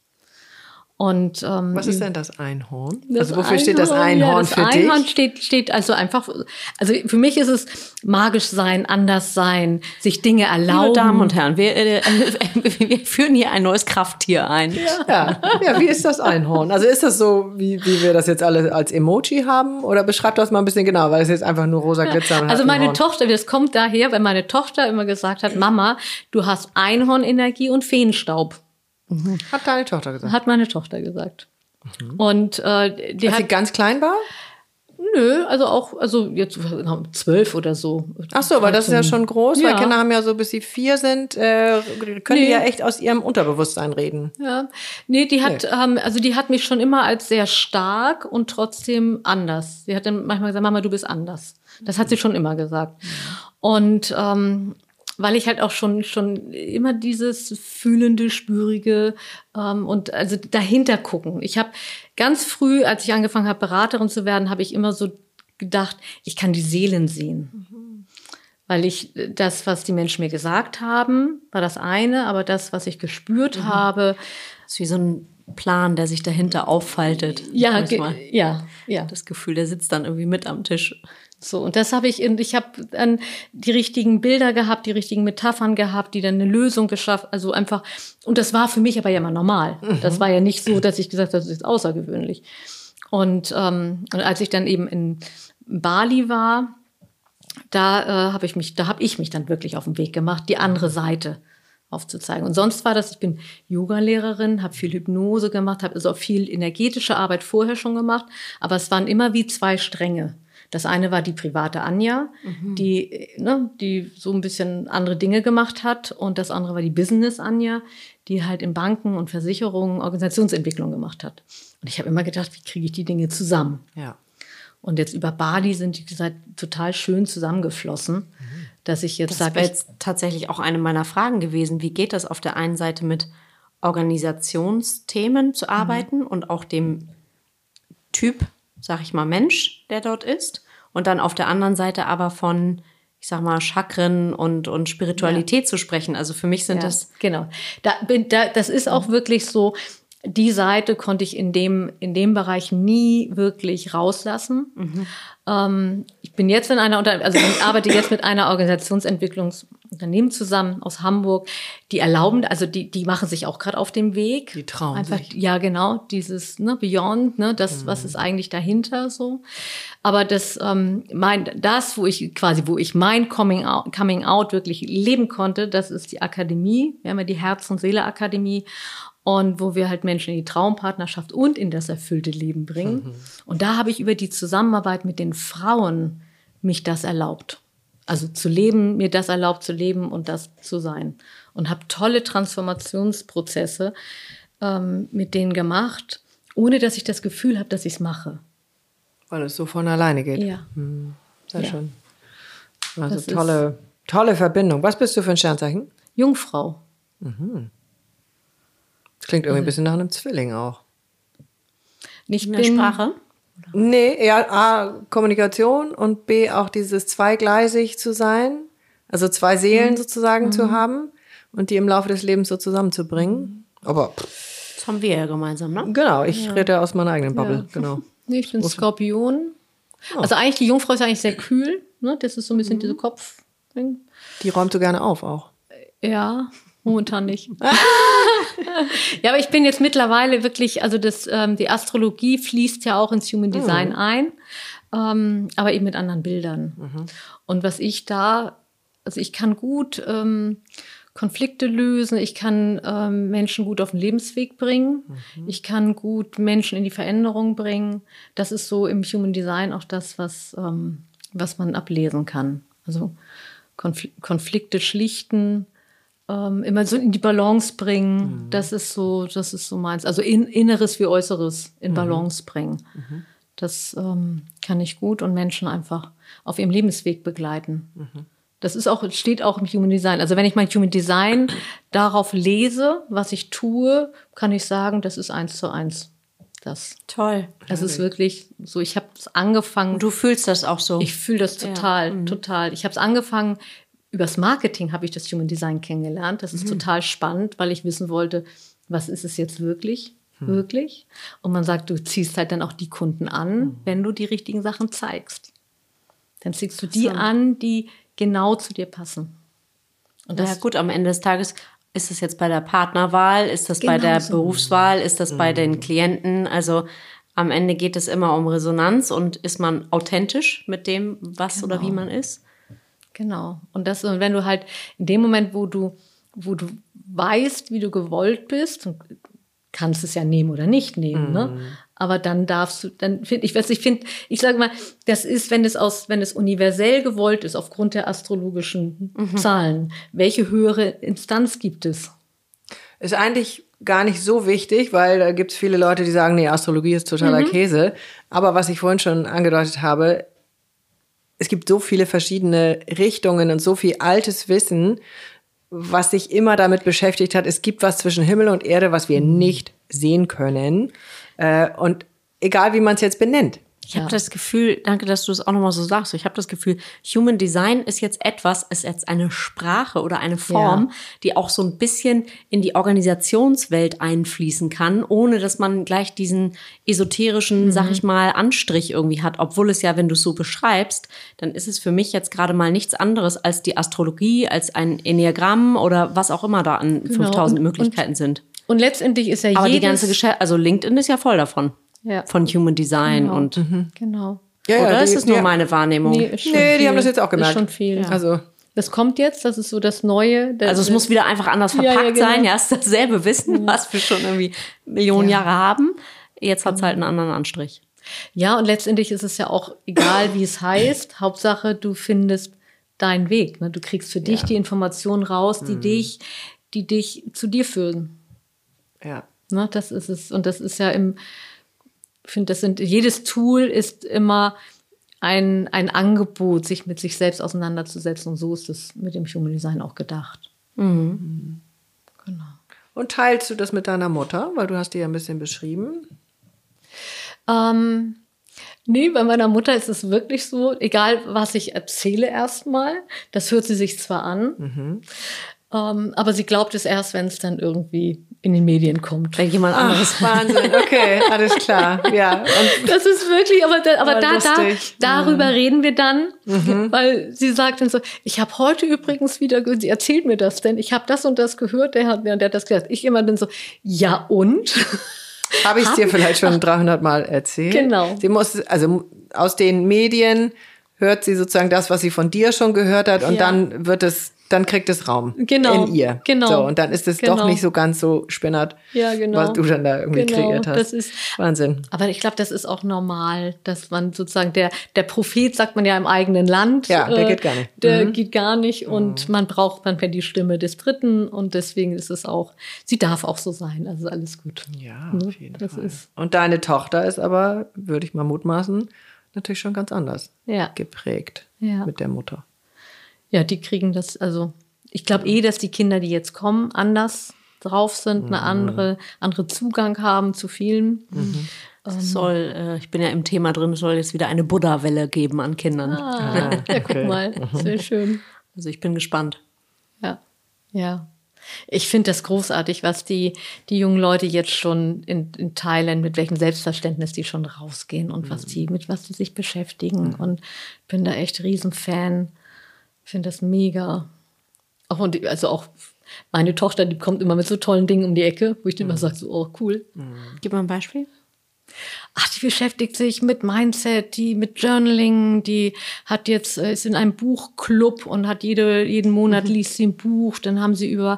Und, ähm, was ist denn das Einhorn? Das also wofür Einhorn, steht das Einhorn ja, das für Einhorn dich? Einhorn steht, steht also einfach, also für mich ist es magisch sein, anders sein, sich Dinge erlauben. Liebe Damen und Herren, wir, äh, wir führen hier ein neues Krafttier ein. Ja. ja, wie ist das Einhorn? Also ist das so, wie, wie wir das jetzt alle als Emoji haben? Oder beschreib das mal ein bisschen genauer, weil es jetzt einfach nur rosa Glitzer und Also meine Horn. Tochter, das kommt daher, weil meine Tochter immer gesagt hat, Mama, du hast Einhornenergie und Feenstaub. Mhm. Hat deine Tochter gesagt? Hat meine Tochter gesagt. Mhm. Und äh, die Als hat sie ganz klein war? Nö, also auch, also jetzt zwölf oder so. Ach so, weil das ist ja schon groß, Ja. weil Kinder haben ja so, bis sie vier sind, äh, können Nee. die ja echt aus ihrem Unterbewusstsein reden. Ja, nee, die hat, Nee. ähm, also die hat mich schon immer als sehr stark und trotzdem anders. Sie hat dann manchmal gesagt, Mama, du bist anders. Das hat sie schon immer gesagt. Und ähm, weil ich halt auch schon schon immer dieses fühlende, spürige ähm, und also dahinter gucken. Ich habe ganz früh, als ich angefangen habe, Beraterin zu werden, habe ich immer so gedacht, ich kann die Seelen sehen. Mhm. Weil ich das, was die Menschen mir gesagt haben, war das eine, aber das, was ich gespürt mhm. habe, das ist wie so ein Plan, der sich dahinter auffaltet. Ja, ge- ja, ja. Das Gefühl, der sitzt dann irgendwie mit am Tisch. So, und das habe ich, und ich habe dann die richtigen Bilder gehabt, die richtigen Metaphern gehabt, die dann eine Lösung geschafft, also einfach, und das war für mich aber ja immer normal. Mhm. Das war ja nicht so, dass ich gesagt habe, das ist jetzt außergewöhnlich. Und, ähm, und als ich dann eben in Bali war, da äh, habe ich mich, da habe ich mich dann wirklich auf den Weg gemacht, die andere Seite aufzuzeigen. Und sonst war das, ich bin Yoga-Lehrerin, habe viel Hypnose gemacht, habe also auch viel energetische Arbeit vorher schon gemacht, aber es waren immer wie zwei Stränge. Das eine war die private Anja, mhm. die, ne, die so ein bisschen andere Dinge gemacht hat. Und das andere war die Business Anja, die halt in Banken und Versicherungen Organisationsentwicklung gemacht hat. Und ich habe immer gedacht, wie kriege ich die Dinge zusammen? Ja. Und jetzt über Bali sind die gesagt, total schön zusammengeflossen, mhm. dass ich jetzt sage. Das wäre jetzt tatsächlich auch eine meiner Fragen gewesen. Wie geht das auf der einen Seite mit Organisationsthemen zu arbeiten mhm. und auch dem Typ, sag ich mal, Mensch, der dort ist, und dann auf der anderen Seite aber von, ich sag mal, Chakren und, und Spiritualität ja. zu sprechen. Also für mich sind ja, das... Genau, da bin, da, das ist auch wirklich so, die Seite konnte ich in dem, in dem Bereich nie wirklich rauslassen. Mhm. Ähm, ich bin jetzt in einer, also ich arbeite jetzt mit einer Organisationsentwicklungsunternehmen zusammen aus Hamburg, die erlauben, also die, die machen sich auch gerade auf dem Weg. Die trauen Einfach, sich. Ja, genau, dieses ne, Beyond, ne, das, mhm. was ist eigentlich dahinter so. Aber das, ähm, mein, das, wo ich quasi, wo ich mein Coming Out, Coming Out wirklich leben konnte, das ist die Akademie. Wir haben ja die Herz- und Seele-Akademie. Und wo wir halt Menschen in die Traumpartnerschaft und in das erfüllte Leben bringen. Mhm. Und da habe ich über die Zusammenarbeit mit den Frauen mich das erlaubt. Also zu leben, mir das erlaubt zu leben und das zu sein. Und habe tolle Transformationsprozesse ähm, mit denen gemacht, ohne dass ich das Gefühl habe, dass ich es mache. Weil es so von alleine geht. Ja. Hm, sehr ja. schön. Also das tolle, tolle Verbindung. Was bist du für ein Sternzeichen? Jungfrau. Mhm. Das klingt irgendwie ein bisschen nach einem Zwilling auch. Nicht in der Sprache? Nee, eher A, Kommunikation und B, auch dieses zweigleisig zu sein. Also zwei Seelen mhm. sozusagen mhm. zu haben und die im Laufe des Lebens so zusammenzubringen. Aber pff. Das haben wir ja gemeinsam, ne? Genau, ich ja. rede aus meiner eigenen Bubble, Ja. genau. Nee, ich bin Skorpion. Oh. Also eigentlich, die Jungfrau ist eigentlich sehr kühl. Ne? Das ist so ein bisschen mhm. diese Kopf. Die räumt du gerne auf auch. Ja, momentan nicht. Ja, aber ich bin jetzt mittlerweile wirklich, also das, ähm, die Astrologie fließt ja auch ins Human Design mhm. ein, ähm, aber eben mit anderen Bildern. Mhm. Und was ich da, also ich kann gut ähm, Konflikte lösen, ich kann ähm, Menschen gut auf den Lebensweg bringen, mhm. ich kann gut Menschen in die Veränderung bringen. Das ist so im Human Design auch das, was, ähm, was man ablesen kann. Also Konfl- Konflikte schlichten, ähm, immer so in die Balance bringen. Mhm. Das ist so, das ist so meins. Also in, Inneres wie Äußeres in Balance mhm. bringen. Mhm. Das ähm, kann ich gut und Menschen einfach auf ihrem Lebensweg begleiten. Mhm. Das ist auch, steht auch im Human Design. Also wenn ich mein Human Design darauf lese, was ich tue, kann ich sagen, das ist eins zu eins. Das. Toll. Es ist wirklich so, ich habe es angefangen. Und du fühlst das auch so? Ich fühle das total, ja. total. Ich habe es angefangen, übers Marketing habe ich das Human Design kennengelernt. Das ist mhm. total spannend, weil ich wissen wollte, was ist es jetzt wirklich, mhm. wirklich? Und man sagt, du ziehst halt dann auch die Kunden an, mhm. wenn du die richtigen Sachen zeigst. Dann ziehst du die an, die genau zu dir passen. Und das ja gut, am Ende des Tages ist es jetzt bei der Partnerwahl, ist das genau bei der so. Berufswahl, ist das mhm. bei den Klienten, also am Ende geht es immer um Resonanz und ist man authentisch mit dem, was genau. oder wie man ist. Genau. Und das, und wenn du halt in dem Moment, wo du, wo du weißt, wie du gewollt bist, und kannst es ja nehmen oder nicht nehmen, mhm. ne? Aber dann darfst du, dann finde ich, was ich finde, ich sage mal, das ist, wenn es aus, wenn es universell gewollt ist, aufgrund der astrologischen mhm. Zahlen, welche höhere Instanz gibt es? Ist eigentlich gar nicht so wichtig, weil da gibt es viele Leute, die sagen, nee, Astrologie ist totaler mhm. Käse. Aber was ich vorhin schon angedeutet habe, es gibt so viele verschiedene Richtungen und so viel altes Wissen, was sich immer damit beschäftigt hat, es gibt was zwischen Himmel und Erde, was wir nicht sehen können. Äh, und egal, wie man es jetzt benennt. Ich habe ja. das Gefühl, danke, dass du es auch nochmal so sagst, ich habe das Gefühl, Human Design ist jetzt etwas, ist jetzt eine Sprache oder eine Form, ja. die auch so ein bisschen in die Organisationswelt einfließen kann, ohne dass man gleich diesen esoterischen, mhm. sag ich mal, Anstrich irgendwie hat. Obwohl es ja, wenn du es so beschreibst, dann ist es für mich jetzt gerade mal nichts anderes als die Astrologie, als ein Enneagramm oder was auch immer da an genau. fünftausend und, Möglichkeiten und, sind. Und letztendlich ist ja Aber jedes... die ganze Geschichte, also LinkedIn ist ja voll davon. Ja. Von Human Design genau. und mhm. genau. Ja, ja, oder die, ist es nur ja. meine Wahrnehmung? Nee, ist schon nee viel. die haben das jetzt auch gemerkt. Ist schon viel. Ja. Also das kommt jetzt, das ist so das Neue. Das also es muss wieder einfach anders verpackt ja, ja, genau. sein. Ja, es ist dasselbe Wissen, ja. was wir schon irgendwie Millionen ja. Jahre haben. Jetzt hat es halt einen anderen Anstrich. Ja, und letztendlich ist es ja auch egal, wie es heißt. Hauptsache, du findest deinen Weg. Ne? Du kriegst für dich ja. die Informationen raus, die, mhm. dich, die dich zu dir führen. Ja. Ne? Das ist es. Und das ist ja im... Ich finde, das sind, jedes Tool ist immer ein, ein Angebot, sich mit sich selbst auseinanderzusetzen. Und so ist es mit dem Human Design auch gedacht. Mhm. Genau. Und teilst du das mit deiner Mutter? Weil du hast die ja ein bisschen beschrieben. Ähm, nee, bei meiner Mutter ist es wirklich so, egal was ich erzähle erstmal, das hört sie sich zwar an, mhm. ähm, aber sie glaubt es erst, wenn es dann irgendwie in den Medien kommt. Wenn jemand anderes. Ach, Wahnsinn, okay, alles klar. Ja. Und das ist wirklich, aber, da, aber da, da, darüber mhm. reden wir dann, mhm. weil sie sagt dann so, ich habe heute übrigens wieder, sie erzählt mir das denn, ich habe das und das gehört, der hat, der hat das gesagt. Ich immer dann so, ja und? Habe ich es dir vielleicht schon dreihundert Mal erzählt? Genau. Sie muss, also aus den Medien hört sie sozusagen das, was sie von dir schon gehört hat und ja. dann wird es dann kriegt es Raum genau, in ihr. Genau. So, und dann ist es genau. doch nicht so ganz so spinnert, ja, genau. was du dann da irgendwie genau. kreiert hast. Das ist, Wahnsinn. Aber ich glaube, das ist auch normal, dass man sozusagen, der, der Prophet sagt man ja im eigenen Land. Ja, der äh, geht gar nicht. Der mhm. geht gar nicht und mhm. man braucht manchmal die Stimme des Dritten und deswegen ist es auch, sie darf auch so sein, also alles gut. Ja, auf jeden das Fall. Ist, und deine Tochter ist aber, würde ich mal mutmaßen, natürlich schon ganz anders ja. geprägt ja. mit der Mutter. Ja, die kriegen das, also ich glaube eh, dass die Kinder, die jetzt kommen, anders drauf sind, mhm. eine andere, andere Zugang haben zu vielen. Mhm. Ähm, es soll, äh, ich bin ja im Thema drin, es soll jetzt wieder eine Buddha-Welle geben an Kindern. Ah, ja, guck mal, sehr schön. Also ich bin gespannt. Ja, ja. Ich finde das großartig, was die, die jungen Leute jetzt schon in, in Thailand, mit welchem Selbstverständnis die schon rausgehen und mhm. was die, mit was die sich beschäftigen. Mhm. Und bin da echt Riesenfan. Finde das mega. Auch, und also auch meine Tochter, die kommt immer mit so tollen Dingen um die Ecke, wo ich dann mhm. immer sage, so, oh, cool. Mhm. Gib mal ein Beispiel. Ach, die beschäftigt sich mit Mindset, die mit Journaling, die hat jetzt, ist in einem Buchclub und hat jede, jeden Monat mhm. liest sie ein Buch, dann haben sie über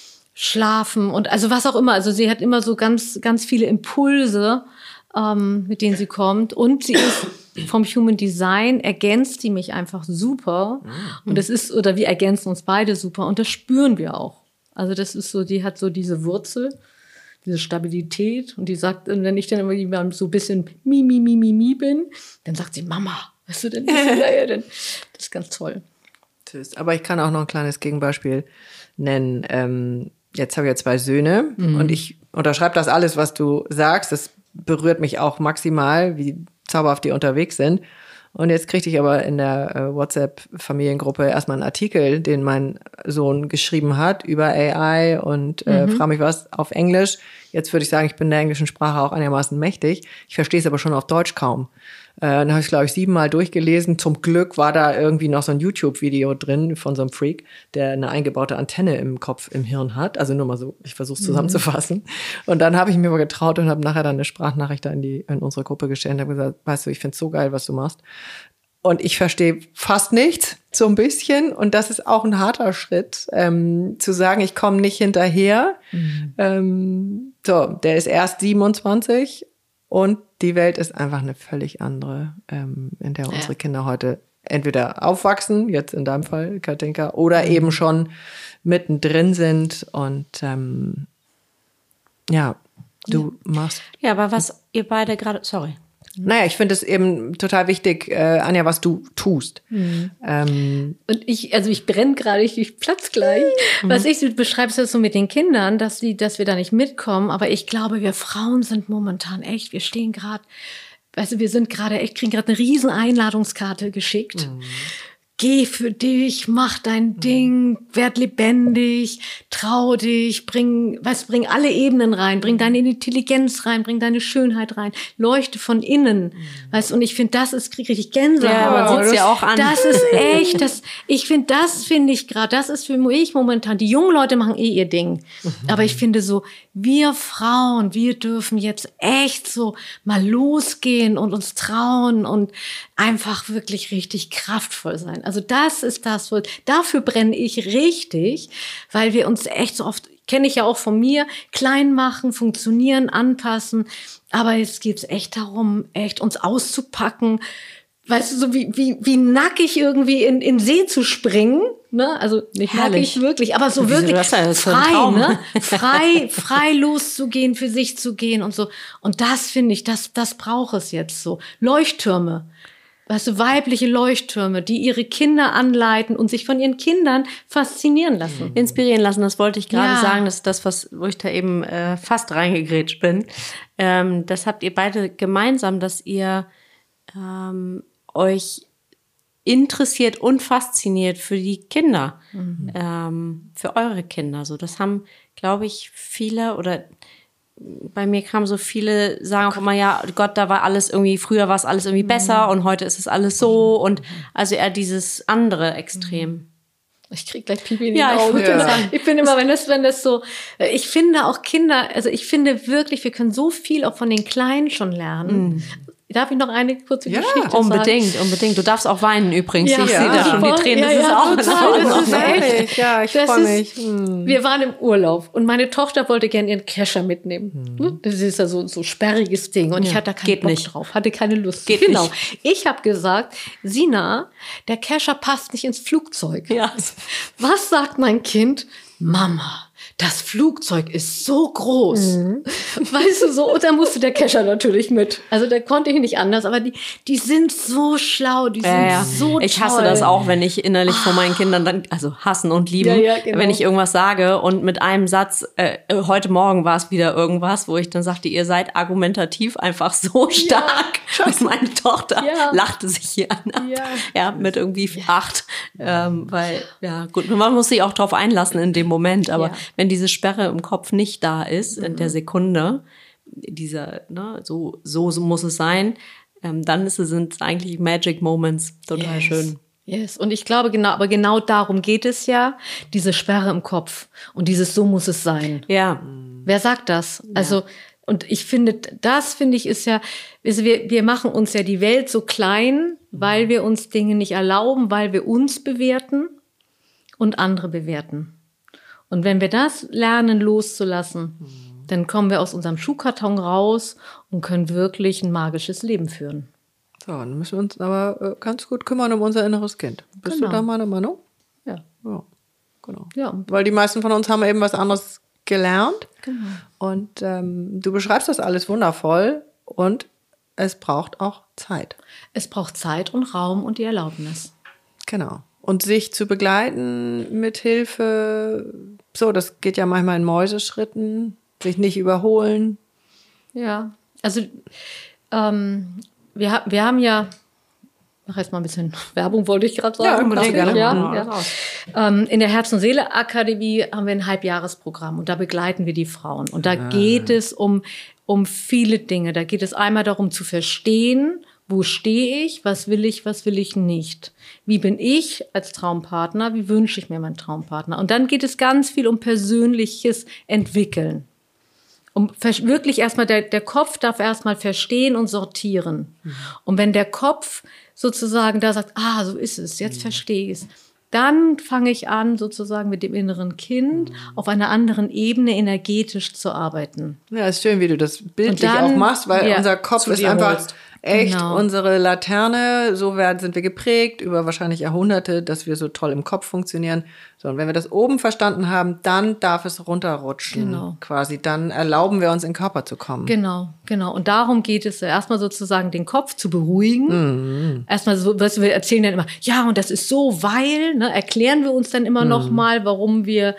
Schlafen und also was auch immer. Also sie hat immer so ganz, ganz viele Impulse, ähm, mit denen sie kommt. Und sie ist vom Human Design, ergänzt die mich einfach super. Mhm. Und das ist, oder wir ergänzen uns beide super und das spüren wir auch. Also das ist so, die hat so diese Wurzel, diese Stabilität. Und die sagt, wenn ich dann immer so ein bisschen mi, mi, mi, mi, mi bin, dann sagt sie, Mama, weißt du denn? Das ist ganz toll. Tschüss. Aber ich kann auch noch ein kleines Gegenbeispiel nennen. Ähm, jetzt habe ich ja zwei Söhne mhm. und ich unterschreibe das alles, was du sagst. Das berührt mich auch maximal, wie zauberhaft die unterwegs sind. Und jetzt kriegte ich aber in der äh, WhatsApp-Familiengruppe erstmal einen Artikel, den mein Sohn geschrieben hat über A I und äh, mhm. frage mich was auf Englisch. Jetzt würde ich sagen, ich bin der englischen Sprache auch einigermaßen mächtig. Ich verstehe es aber schon auf Deutsch kaum. Äh, dann habe ich, glaube ich, siebenmal durchgelesen. Zum Glück war da irgendwie noch so ein YouTube-Video drin von so einem Freak, der eine eingebaute Antenne im Kopf, im Hirn hat. Also nur mal so, ich versuche es zusammenzufassen. Mhm. Und dann habe ich mir mal getraut und habe nachher dann eine Sprachnachricht da in, die, in unsere Gruppe gestellt und habe gesagt, weißt du, ich finde es so geil, was du machst. Und ich verstehe fast nichts, so ein bisschen. Und das ist auch ein harter Schritt, ähm, zu sagen, ich komme nicht hinterher. Mhm. Ähm, so, der ist erst siebenundzwanzig und die Welt ist einfach eine völlig andere, ähm, in der unsere ja. Kinder heute entweder aufwachsen, jetzt in deinem Fall, Katinka, oder mhm. eben schon mittendrin sind. Und ähm, ja, du ja. machst... Ja, aber was ihr beide gerade... Sorry. Naja, ich finde es eben total wichtig, äh, Anja, was du tust. Mhm. Ähm, und ich, also ich brenne gerade, ich, ich platz gleich. Mhm. Was ich, du beschreibst das so mit den Kindern, dass sie, dass wir da nicht mitkommen. Aber ich glaube, wir Frauen sind momentan echt, wir stehen gerade, also wir sind gerade echt, kriegen gerade eine riesen Einladungskarte geschickt. Mhm. Geh für dich, mach dein Ding, werd lebendig, trau dich, bring, weißt, bring alle Ebenen rein, bring deine Intelligenz rein, bring deine Schönheit rein, leuchte von innen, weißt, und ich finde, das ist, krieg ich Gänsehaut. Ja, man sieht's ja auch an. Das ist echt, das, ich finde, das finde ich gerade, das ist für mich momentan, die jungen Leute machen eh ihr Ding, mhm. aber ich finde so, wir Frauen, wir dürfen jetzt echt so mal losgehen und uns trauen und einfach wirklich richtig kraftvoll sein. Also das ist das, dafür brenne ich richtig, weil wir uns echt so oft, kenne ich ja auch von mir, klein machen, funktionieren, anpassen. Aber jetzt geht's echt darum, echt uns auszupacken, weißt du, so wie, wie, wie nackig irgendwie in, in See zu springen, ne? Also nicht Herrlich. nackig wirklich, aber so wirklich frei, ne? Frei, frei loszugehen, für sich zu gehen und so. Und das finde ich, das, das braucht es jetzt so. Leuchttürme. Weißt du, weibliche Leuchttürme, die ihre Kinder anleiten und sich von ihren Kindern faszinieren lassen. Inspirieren lassen, das wollte ich gerade Ja. sagen. Das ist das, was, wo ich da eben äh, fast reingegrätscht bin. Ähm, das habt ihr beide gemeinsam, dass ihr ähm, euch interessiert und fasziniert für die Kinder, mhm. ähm, für eure Kinder. So, das haben, glaube ich, viele oder bei mir kamen so viele, sagen auch immer, ja, Gott, da war alles irgendwie, früher war es alles irgendwie besser und heute ist es alles so und also eher dieses andere Extrem. Ich krieg gleich Pipi in die Ja, ich Augen. würde Ja. sagen. Ich bin immer, wenn das, wenn das so, ich finde auch Kinder, also ich finde wirklich, wir können so viel auch von den Kleinen schon lernen. Mhm. Darf ich noch eine kurze Ja, Geschichte sagen? Unbedingt, unbedingt. Du darfst auch weinen übrigens. Ja, ich sehe da schon die Tränen. Ja, Das ist ja, auch total. in Das Ordnung. ist echt. Ja, ich Das freue ist- mich. Hm. Wir waren im Urlaub und meine Tochter wollte gerne ihren Kescher mitnehmen. Hm. Das ist ja so so sperriges Ding und Ja, ich hatte da keinen geht Bock nicht. drauf, hatte keine Lust. Geht genau. nicht. Ich habe gesagt, Sina, der Kescher passt nicht ins Flugzeug. Ja. Was sagt mein Kind? Mama, das Flugzeug ist so groß. Mhm. Weißt du, so, und da musste der Kescher natürlich mit. Also da konnte ich nicht anders, aber die, die sind so schlau, die sind Ja, ja. so Ich hasse toll. das auch, wenn ich innerlich vor meinen Kindern dann, also hassen und lieben, Ja, ja, genau. wenn ich irgendwas sage und mit einem Satz, äh, heute Morgen war es wieder irgendwas, wo ich dann sagte, ihr seid argumentativ einfach so stark. Und meine Tochter Ja. lachte sich hier an. Ja. Ja, mit irgendwie acht. Ähm, weil, ja, gut, man muss sich auch drauf einlassen in dem Moment, aber Ja. wenn diese Sperre im Kopf nicht da ist, mhm. in der Sekunde, dieser, ne, so, so, so muss es sein, ähm, dann ist es, sind es eigentlich Magic Moments, total yes. schön. Yes. Und ich glaube, genau, aber genau darum geht es ja, diese Sperre im Kopf und dieses so muss es sein. Ja. Wer sagt das? Ja. Also, und ich finde, das finde ich ist ja, also wir, wir machen uns ja die Welt so klein, weil wir uns Dinge nicht erlauben, weil wir uns bewerten und andere bewerten. Und wenn wir das lernen loszulassen, mhm. dann kommen wir aus unserem Schuhkarton raus und können wirklich ein magisches Leben führen. So, dann müssen wir uns aber äh, ganz gut kümmern um unser inneres Kind. Bist genau. du da meiner Meinung? Ja. Ja, genau. Ja. Weil die meisten von uns haben eben was anderes gelernt. Genau. Und ähm, du beschreibst das alles wundervoll. Und es braucht auch Zeit. Es braucht Zeit und Raum und die Erlaubnis. Genau. Und sich zu begleiten mit Hilfe, so, das geht ja manchmal in Mäuseschritten, sich nicht überholen. Ja, also ähm, wir, wir haben ja, mach jetzt mal ein bisschen Werbung, wollte ich gerade sagen. Ja, gerne. Ja, ja. Ähm, in der Herz- und Seele-Akademie haben wir ein Halbjahresprogramm und da begleiten wir die Frauen. Und da ah. geht es um, um viele Dinge. Da geht es einmal darum zu verstehen, wo stehe ich, was will ich, was will ich nicht. Wie bin ich als Traumpartner, wie wünsche ich mir meinen Traumpartner. Und dann geht es ganz viel um persönliches Entwickeln. Um wirklich erstmal, der, der Kopf darf erstmal verstehen und sortieren. Mhm. Und wenn der Kopf sozusagen da sagt, ah, so ist es, jetzt mhm. verstehe ich es, dann fange ich an, sozusagen mit dem inneren Kind mhm. auf einer anderen Ebene energetisch zu arbeiten. Ja, ist schön, wie du das bildlich dann, auch machst, weil ja, unser Kopf ist einfach holst. echt genau. unsere Laterne. So werden, sind wir geprägt über wahrscheinlich Jahrhunderte, dass wir so toll im Kopf funktionieren. So, und wenn wir das oben verstanden haben, dann darf es runterrutschen. Genau. Quasi. Dann erlauben wir uns, in den Körper zu kommen. Genau, genau. Und darum geht es, erstmal sozusagen den Kopf zu beruhigen. Mhm. Erstmal so, was wir erzählen dann immer, ja, und das ist so, weil, ne, erklären wir uns dann immer mhm. noch mal, warum wir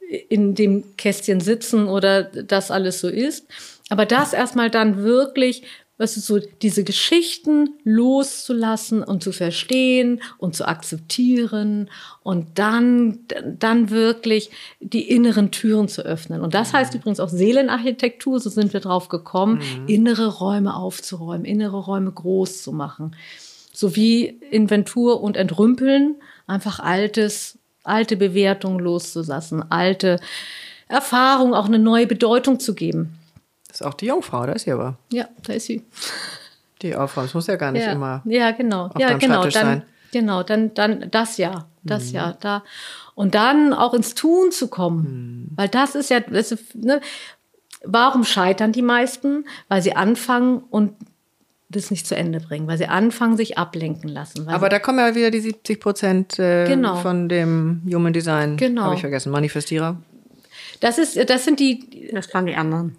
in dem Kästchen sitzen oder das alles so ist. Aber das erstmal dann wirklich, was ist so, diese Geschichten loszulassen und zu verstehen und zu akzeptieren und dann, dann wirklich die inneren Türen zu öffnen. Und das heißt übrigens auch Seelenarchitektur, so sind wir drauf gekommen, mhm. innere Räume aufzuräumen, innere Räume groß zu machen. Sowie Inventur und Entrümpeln, einfach altes, alte Bewertungen loszulassen, alte Erfahrungen auch eine neue Bedeutung zu geben. Das ist auch die Jungfrau, da ist sie aber. Ja, da ist sie. Die Aufrau, das muss ja gar nicht ja. immer ja, genau. auf ja, deinem genau. Schreibtisch dann, sein. Genau, dann, dann das Jahr, das mhm. Jahr, da. Und dann auch ins Tun zu kommen. Mhm. Weil das ist ja, das ist, ne, warum scheitern die meisten? Weil sie anfangen und das nicht zu Ende bringen, weil sie anfangen, sich ablenken lassen. Aber da kommen ja wieder die siebzig Prozent äh, genau. von dem Human Design, genau. habe ich vergessen, Manifestierer. Das ist, das sind die... Das waren die anderen.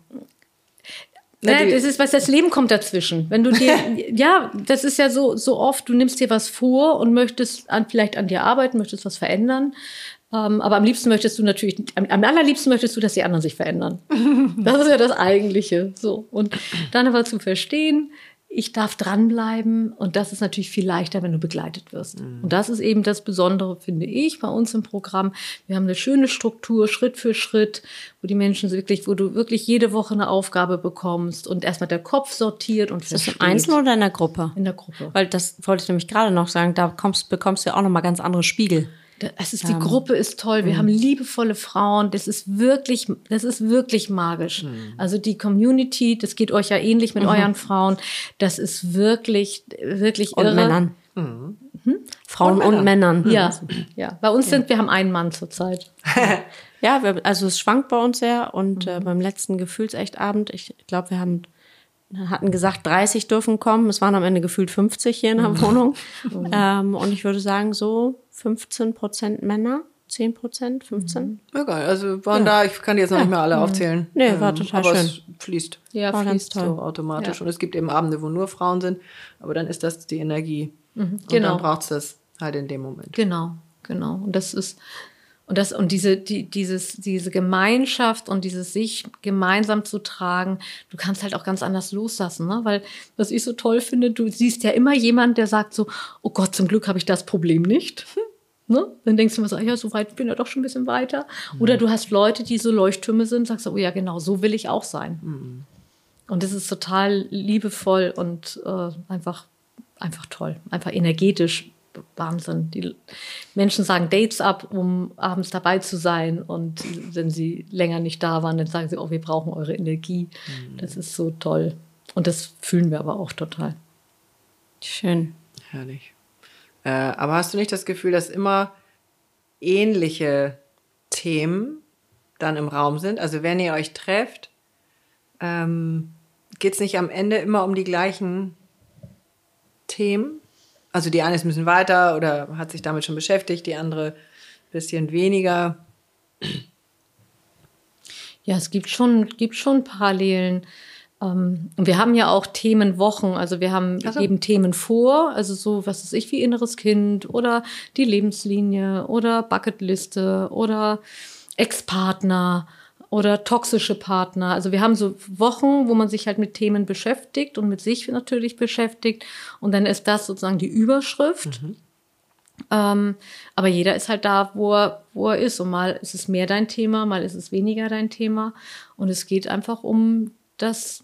Ja, das ist was, das Leben kommt dazwischen. Wenn du dir, ja, das ist ja so, so oft, du nimmst dir was vor und möchtest an, vielleicht an dir arbeiten, möchtest was verändern. Ähm, aber am liebsten möchtest du natürlich, am, am allerliebsten möchtest du, dass die anderen sich verändern. Das ist ja das Eigentliche. So. Und dann aber zu verstehen, ich darf dranbleiben und das ist natürlich viel leichter, wenn du begleitet wirst. Mhm. Und das ist eben das Besondere, finde ich, bei uns im Programm. Wir haben eine schöne Struktur, Schritt für Schritt, wo die Menschen wirklich, wo du wirklich jede Woche eine Aufgabe bekommst und erstmal der Kopf sortiert und versteht. Ist das im Einzel oder in der Gruppe? In der Gruppe. Weil das wollte ich nämlich gerade noch sagen, da kommst, bekommst du ja auch nochmal ganz andere Spiegel. Das ist, die ähm, Gruppe ist toll. Wir mh. haben liebevolle Frauen. Das ist wirklich, das ist wirklich magisch. Mhm. Also die Community, das geht euch ja ähnlich mit mhm. euren Frauen. Das ist wirklich, wirklich und irre. Männern. Mhm. Hm? Frauen und, und Männern. Männern. Ja, ja. Bei uns sind, wir haben einen Mann zurzeit. Ja, wir, also es schwankt bei uns sehr. Und mhm. äh, beim letzten Gefühlsechtabend, ich glaube, wir haben hatten gesagt, dreißig dürfen kommen. Es waren am Ende gefühlt fünfzig hier in der mhm. Wohnung. Mhm. Ähm, und ich würde sagen, so fünfzehn Prozent Männer, zehn Prozent, fünfzehn. Ja, geil. Also waren ja. da, ich kann die jetzt noch ja. nicht mehr alle aufzählen. Nee, war total aber schön. Es fließt. Ja, war fließt ganz toll. So automatisch. Ja. Und es gibt eben Abende, wo nur Frauen sind. Aber dann ist das die Energie. Mhm. Und genau. dann braucht es das halt in dem Moment. Genau, genau. Und das ist... Und das, und diese, die, dieses, diese Gemeinschaft und dieses sich gemeinsam zu tragen, du kannst halt auch ganz anders loslassen, ne? Weil, was ich so toll finde, du siehst ja immer jemanden, der sagt so, oh Gott, zum Glück habe ich das Problem nicht. Ne? Dann denkst du immer so, ja, so weit bin ich ja doch schon ein bisschen weiter. Mhm. Oder du hast Leute, die so Leuchttürme sind, sagst du, oh ja, genau, so will ich auch sein. Mhm. Und das ist total liebevoll und äh, einfach, einfach toll, einfach energetisch. Wahnsinn. Die Menschen sagen Dates ab, um abends dabei zu sein. Und wenn sie länger nicht da waren, dann sagen sie, oh, wir brauchen eure Energie. Mhm. Das ist so toll. Und das fühlen wir aber auch total. Schön. Herrlich. Äh, aber hast du nicht das Gefühl, dass immer ähnliche Themen dann im Raum sind? Also wenn ihr euch trefft, ähm, geht es nicht am Ende immer um die gleichen Themen? Also die eine ist ein bisschen weiter oder hat sich damit schon beschäftigt, die andere ein bisschen weniger. Ja, es gibt schon, gibt schon Parallelen. Ähm, wir haben ja auch Themenwochen, also wir haben so. eben Themen vor, also so, was weiß ich, wie inneres Kind oder die Lebenslinie oder Bucketliste oder Ex-Partner oder toxische Partner. Also wir haben so Wochen, wo man sich halt mit Themen beschäftigt und mit sich natürlich beschäftigt. Und dann ist das sozusagen die Überschrift. Mhm. Ähm, aber jeder ist halt da, wo er, wo er ist. Und mal ist es mehr dein Thema, mal ist es weniger dein Thema. Und es geht einfach um das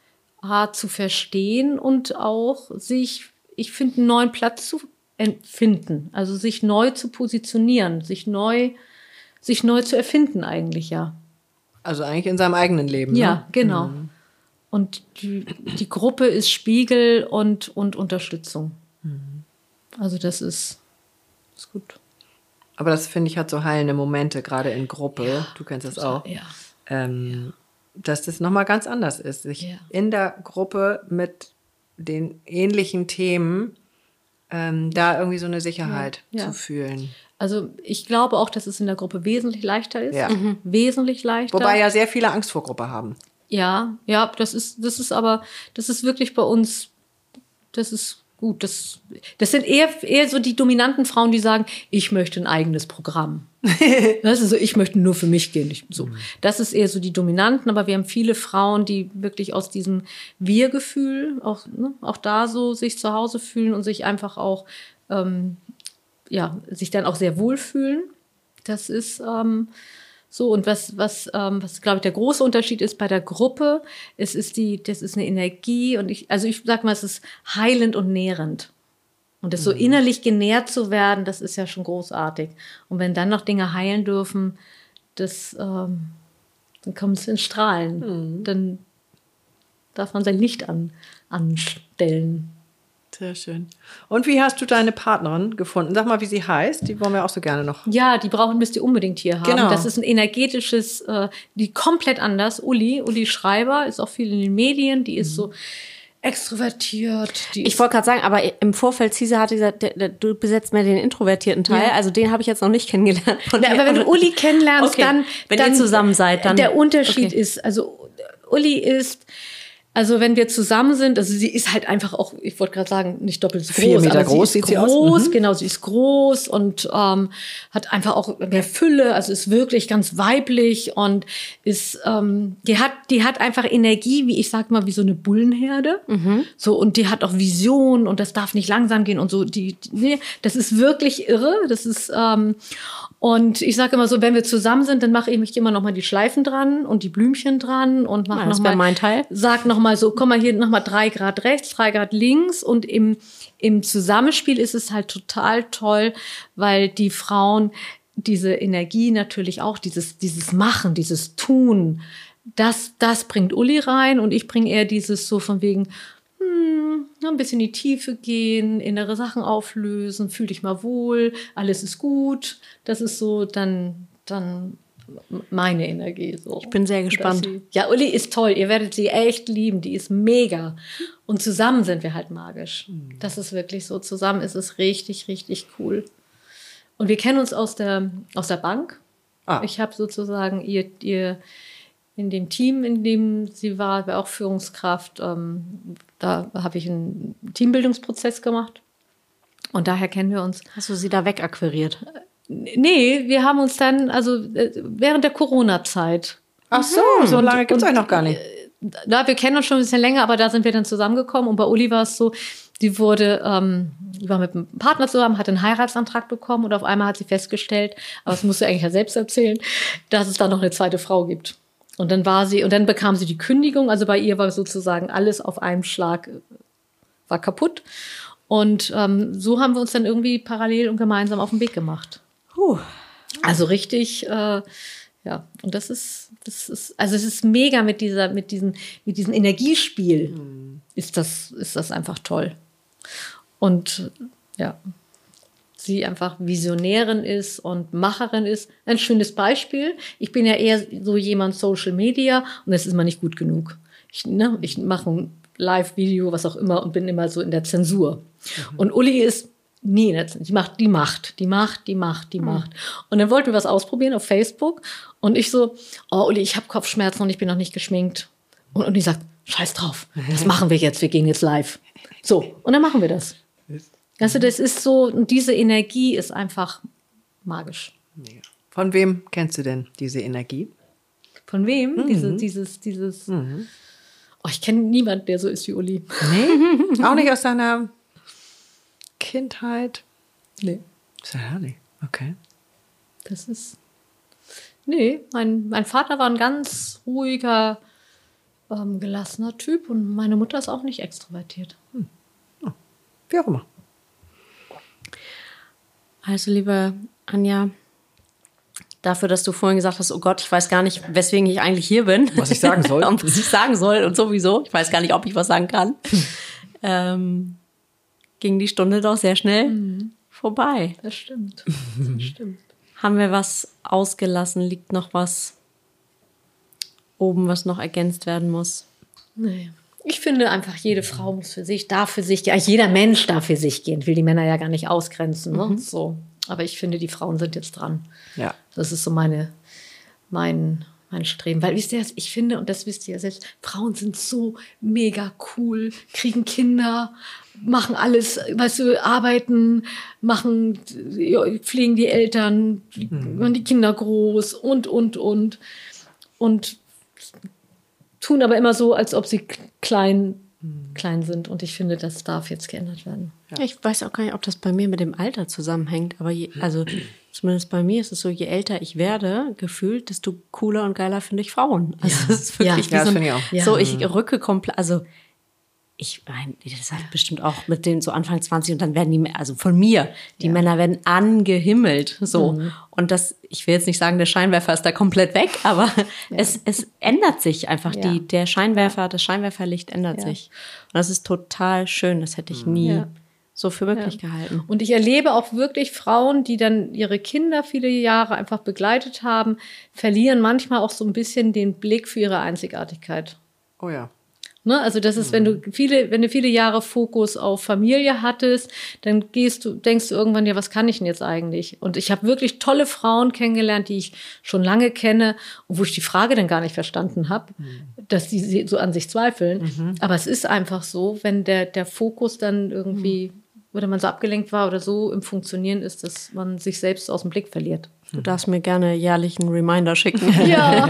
A, zu verstehen und auch sich, ich finde, einen neuen Platz zu finden. Also sich neu zu positionieren, sich neu, sich neu zu erfinden eigentlich, ja. Also eigentlich in seinem eigenen Leben. Ja, ne? genau. Mhm. Und die, die Gruppe ist Spiegel und, und Unterstützung. Mhm. Also das ist, ist gut. Aber das, finde ich, hat so heilende Momente, gerade in Gruppe. Ja, du kennst das total, auch. Ja. Ähm, ja. Dass das nochmal ganz anders ist. Sich ja. in der Gruppe mit den ähnlichen Themen ähm, da irgendwie so eine Sicherheit ja. Ja. zu fühlen. Also ich glaube auch, dass es in der Gruppe wesentlich leichter ist. Ja. Mhm. Wesentlich leichter. Wobei ja sehr viele Angst vor Gruppe haben. Ja, ja, das ist, das ist aber, das ist wirklich bei uns, das ist gut. Das, das sind eher, eher so die dominanten Frauen, die sagen, ich möchte ein eigenes Programm. Das ist so, ich möchte nur für mich gehen. Ich, so. Mhm. Das ist eher so die Dominanten, aber wir haben viele Frauen, die wirklich aus diesem Wir-Gefühl auch, ne, auch da so sich zu Hause fühlen und sich einfach auch ähm, ja, sich dann auch sehr wohlfühlen. Das ist ähm, so. Und was, was, ähm, was glaube ich, der große Unterschied ist bei der Gruppe, es ist die, das ist eine Energie und ich, also ich sag mal, es ist heilend und nährend. Und das mhm. so innerlich genährt zu werden, das ist ja schon großartig. Und wenn dann noch Dinge heilen dürfen, das, ähm, dann kommt es in Strahlen. Mhm. Dann darf man sein Licht an, anstellen. Sehr schön. Und wie hast du deine Partnerin gefunden? Sag mal, wie sie heißt. Die wollen wir auch so gerne noch. Ja, die brauchen, müsst ihr unbedingt hier haben. Genau. Das ist ein energetisches, äh, die komplett anders. Uli, Uli Schreiber, ist auch viel in den Medien. Die ist mhm. so extrovertiert. Die ich wollte gerade sagen, aber im Vorfeld, Cisa hatte gesagt, der, der, du besetzt mir den introvertierten Teil. Ja. Also den habe ich jetzt noch nicht kennengelernt. Na, aber wenn du Uli kennenlernst, okay. dann... Wenn dann, ihr zusammen seid, dann... Der Unterschied okay. ist, also Uli ist... Also wenn wir zusammen sind, also sie ist halt einfach auch, ich wollte gerade sagen, nicht doppelt so groß. Vier Meter aber groß sie ist sieht groß, sie aus. Mhm. Genau, sie ist groß und ähm, hat einfach auch mehr Fülle, also ist wirklich ganz weiblich und ist, ähm, die hat, die hat einfach Energie, wie ich sag mal, wie so eine Bullenherde. Mhm. So, und die hat auch Vision und das darf nicht langsam gehen und so. Die, die nee, das ist wirklich irre. Das ist ähm, und ich sage immer so, wenn wir zusammen sind, dann mache ich mich immer noch mal die Schleifen dran und die Blümchen dran und mache ja, noch mal mein Teil. Sag noch mal so, komm mal hier noch mal drei Grad rechts, drei Grad links und im im Zusammenspiel ist es halt total toll, weil die Frauen diese Energie natürlich auch dieses dieses Machen, dieses Tun, das das bringt Uli rein und ich bringe eher dieses so von wegen hm, ein bisschen in die Tiefe gehen, innere Sachen auflösen, fühl dich mal wohl, alles ist gut. Das ist so dann, dann meine Energie. So. Ich bin sehr gespannt. Sie, ja, Uli ist toll. Ihr werdet sie echt lieben. Die ist mega. Und zusammen sind wir halt magisch. Das ist wirklich so. Zusammen ist es richtig, richtig cool. Und wir kennen uns aus der, aus der Bank. Ah. Ich habe sozusagen ihr, ihr in dem Team, in dem sie war, war auch Führungskraft. Ähm, da habe ich einen Teambildungsprozess gemacht. Und daher kennen wir uns. Hast du sie da wegakquiriert? Nee, wir haben uns dann, also während der Corona-Zeit. Ach so, mhm. so lange gibt es euch noch gar nicht. Da, wir kennen uns schon ein bisschen länger, aber da sind wir dann zusammengekommen. Und bei Uli war es so, Die wurde, ähm, die war mit einem Partner zusammen, hat einen Heiratsantrag bekommen und auf einmal hat sie festgestellt, aber das musst du eigentlich ja selbst erzählen, dass es da noch eine zweite Frau gibt. Und dann war sie, und dann bekam sie die Kündigung, also bei ihr war sozusagen alles auf einem Schlag, war kaputt. Und ähm, so haben wir uns dann irgendwie parallel und gemeinsam auf den Weg gemacht. Puh. Also richtig, äh, ja, und das ist, das ist, also es ist mega mit dieser, mit diesem, mit diesem Energiespiel, mhm. ist das, ist das einfach toll. Und ja, sie einfach Visionärin ist und Macherin ist. Ein schönes Beispiel. Ich bin ja eher so jemand Social Media und es ist immer nicht gut genug. Ich, ne, ich mache ein Live-Video, was auch immer und bin immer so in der Zensur. Mhm. Und Uli ist, nee, die macht, die macht, die macht, die macht, die mhm. macht. Und dann wollten wir was ausprobieren auf Facebook und ich so, oh Uli, ich habe Kopfschmerzen und ich bin noch nicht geschminkt. Und Uli sagt, scheiß drauf, das machen wir jetzt, wir gehen jetzt live. So, und dann machen wir das. Also das ist so, und diese Energie ist einfach magisch. Von wem kennst du denn diese Energie? Von wem? Mhm. Diese, dieses, dieses, mhm. oh, ich kenne niemanden, der so ist wie Uli. Nee? Auch nicht aus deiner Kindheit? Nee. Sehr herrlich, okay. Das ist, nee, mein, mein Vater war ein ganz ruhiger, ähm, gelassener Typ und meine Mutter ist auch nicht extrovertiert. Hm. Oh. Wie auch immer. Also, liebe Anja, dafür, dass du vorhin gesagt hast, oh Gott, ich weiß gar nicht, weswegen ich eigentlich hier bin. Was ich sagen soll. Und was ich sagen soll und sowieso. Ich weiß gar nicht, ob ich was sagen kann. ähm, ging die Stunde doch sehr schnell mhm. vorbei. Das stimmt. Das stimmt. Haben wir was ausgelassen? Liegt noch was oben, was noch ergänzt werden muss? Nee. Ich finde einfach, jede Frau muss für sich, darf für sich, eigentlich jeder Mensch darf für sich gehen. Ich will die Männer ja gar nicht ausgrenzen. Ne? Mhm. So. Aber ich finde, die Frauen sind jetzt dran. Ja. Das ist so meine, mein, mein Streben. Weil, wisst ihr, ich finde, und das wisst ihr ja selbst, Frauen sind so mega cool, kriegen Kinder, machen alles, weißt du, arbeiten, machen, pflegen die Eltern, mhm. machen die Kinder groß und, und, und. Und tun aber immer so, als ob sie klein, mhm. klein sind. Und ich finde, das darf jetzt geändert werden. Ja. Ich weiß auch gar nicht, ob das bei mir mit dem Alter zusammenhängt. Aber je, also zumindest bei mir ist es so, je älter ich werde, gefühlt, desto cooler und geiler finde ich Frauen. Also ja. das ist wirklich ja. wie so, ja, das ein, ich so, ich rücke komplett, also ich meine, das hat bestimmt auch mit den so Anfang zwanzig und dann werden die, also von mir, die ja. Männer werden angehimmelt, so. Mhm. Und das, ich will jetzt nicht sagen, der Scheinwerfer ist da komplett weg, aber ja. es, es ändert sich einfach, ja. die, der Scheinwerfer, das Scheinwerferlicht ändert ja. sich. Und das ist total schön, das hätte ich nie ja. so für möglich ja. gehalten. Und ich erlebe auch wirklich Frauen, die dann ihre Kinder viele Jahre einfach begleitet haben, verlieren manchmal auch so ein bisschen den Blick für ihre Einzigartigkeit. Oh ja. Ne, also das ist, wenn du viele, wenn du viele Jahre Fokus auf Familie hattest, dann gehst du, denkst du irgendwann, ja, was kann ich denn jetzt eigentlich? Und ich habe wirklich tolle Frauen kennengelernt, die ich schon lange kenne und wo ich die Frage dann gar nicht verstanden habe, mhm. dass die so an sich zweifeln. Mhm. Aber es ist einfach so, wenn der, der Fokus dann irgendwie, mhm. oder man so abgelenkt war oder so im Funktionieren ist, dass man sich selbst aus dem Blick verliert. Du darfst mir gerne jährlich einen Reminder schicken. Ja.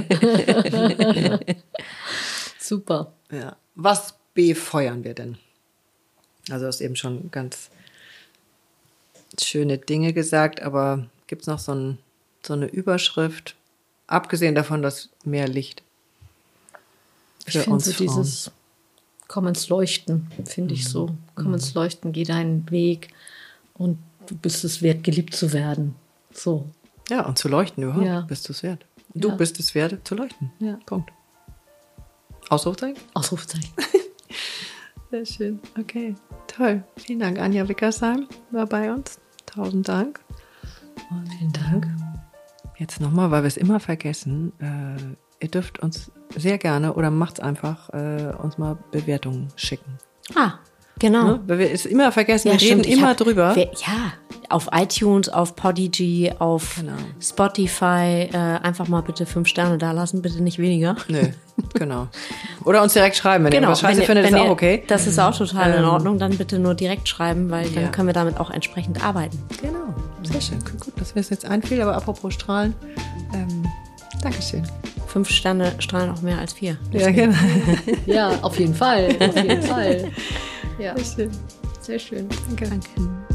Super. Ja. Was befeuern wir denn? Also du hast eben schon ganz schöne Dinge gesagt, aber gibt es noch so, ein, so eine Überschrift, abgesehen davon, dass mehr Licht für ich uns so Frauen. Dieses Komm ins Leuchten, finde ich so. Komm mhm. ins Leuchten, geh deinen Weg und du bist es wert, geliebt zu werden. So. Ja, und zu leuchten überhaupt, ja. bist du es wert. Du ja. bist es wert, zu leuchten. Ja. Punkt. Ausrufzeichen? Ausrufzeichen. Sehr schön. Okay, toll. Vielen Dank, Anja Wickersheim war bei uns. Tausend Dank. Und vielen Dank. Jetzt nochmal, weil wir es immer vergessen. Äh, ihr dürft uns sehr gerne oder macht's einfach, äh, uns mal Bewertungen schicken. Ah, genau. Ne? Weil wir es immer vergessen, ja, wir reden stimmt. immer hab, drüber. Wir, ja, auf iTunes, auf Podigy, auf genau. Spotify. Äh, einfach mal bitte fünf Sterne da lassen, bitte nicht weniger. Nö, genau. Oder uns direkt schreiben, wenn genau, ihr was scheiße wenn findet, wenn ist ihr, auch okay. Das ist auch total ähm, in Ordnung. Dann bitte nur direkt schreiben, weil dann ja. können wir damit auch entsprechend arbeiten. Genau, sehr schön. Gut, dass mir das jetzt einfiel, aber apropos Strahlen, ähm, Dankeschön. Fünf Sterne strahlen auch mehr als vier. Ja, genau. Ja, auf jeden Fall, auf jeden Fall. Ja. Sehr schön. Sehr schön. Danke. Danke.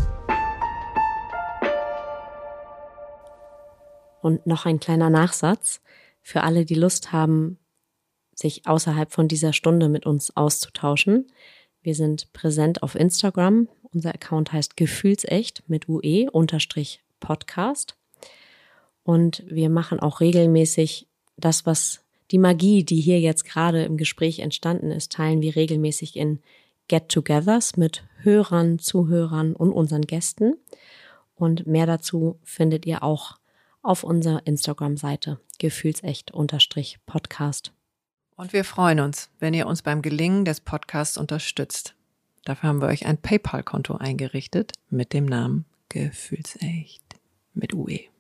Und noch ein kleiner Nachsatz für alle, die Lust haben, sich außerhalb von dieser Stunde mit uns auszutauschen. Wir sind präsent auf Instagram. Unser Account heißt gefühlsecht mit U E unterstrich Podcast. Und wir machen auch regelmäßig das, was die Magie, die hier jetzt gerade im Gespräch entstanden ist, teilen wir regelmäßig in Get-togethers mit Hörern, Zuhörern und unseren Gästen. Und mehr dazu findet ihr auch auf unserer Instagram-Seite gefühlsecht-podcast. Und wir freuen uns, wenn ihr uns beim Gelingen des Podcasts unterstützt. Dafür haben wir euch ein PayPal-Konto eingerichtet mit dem Namen Gefühlsecht mit U E.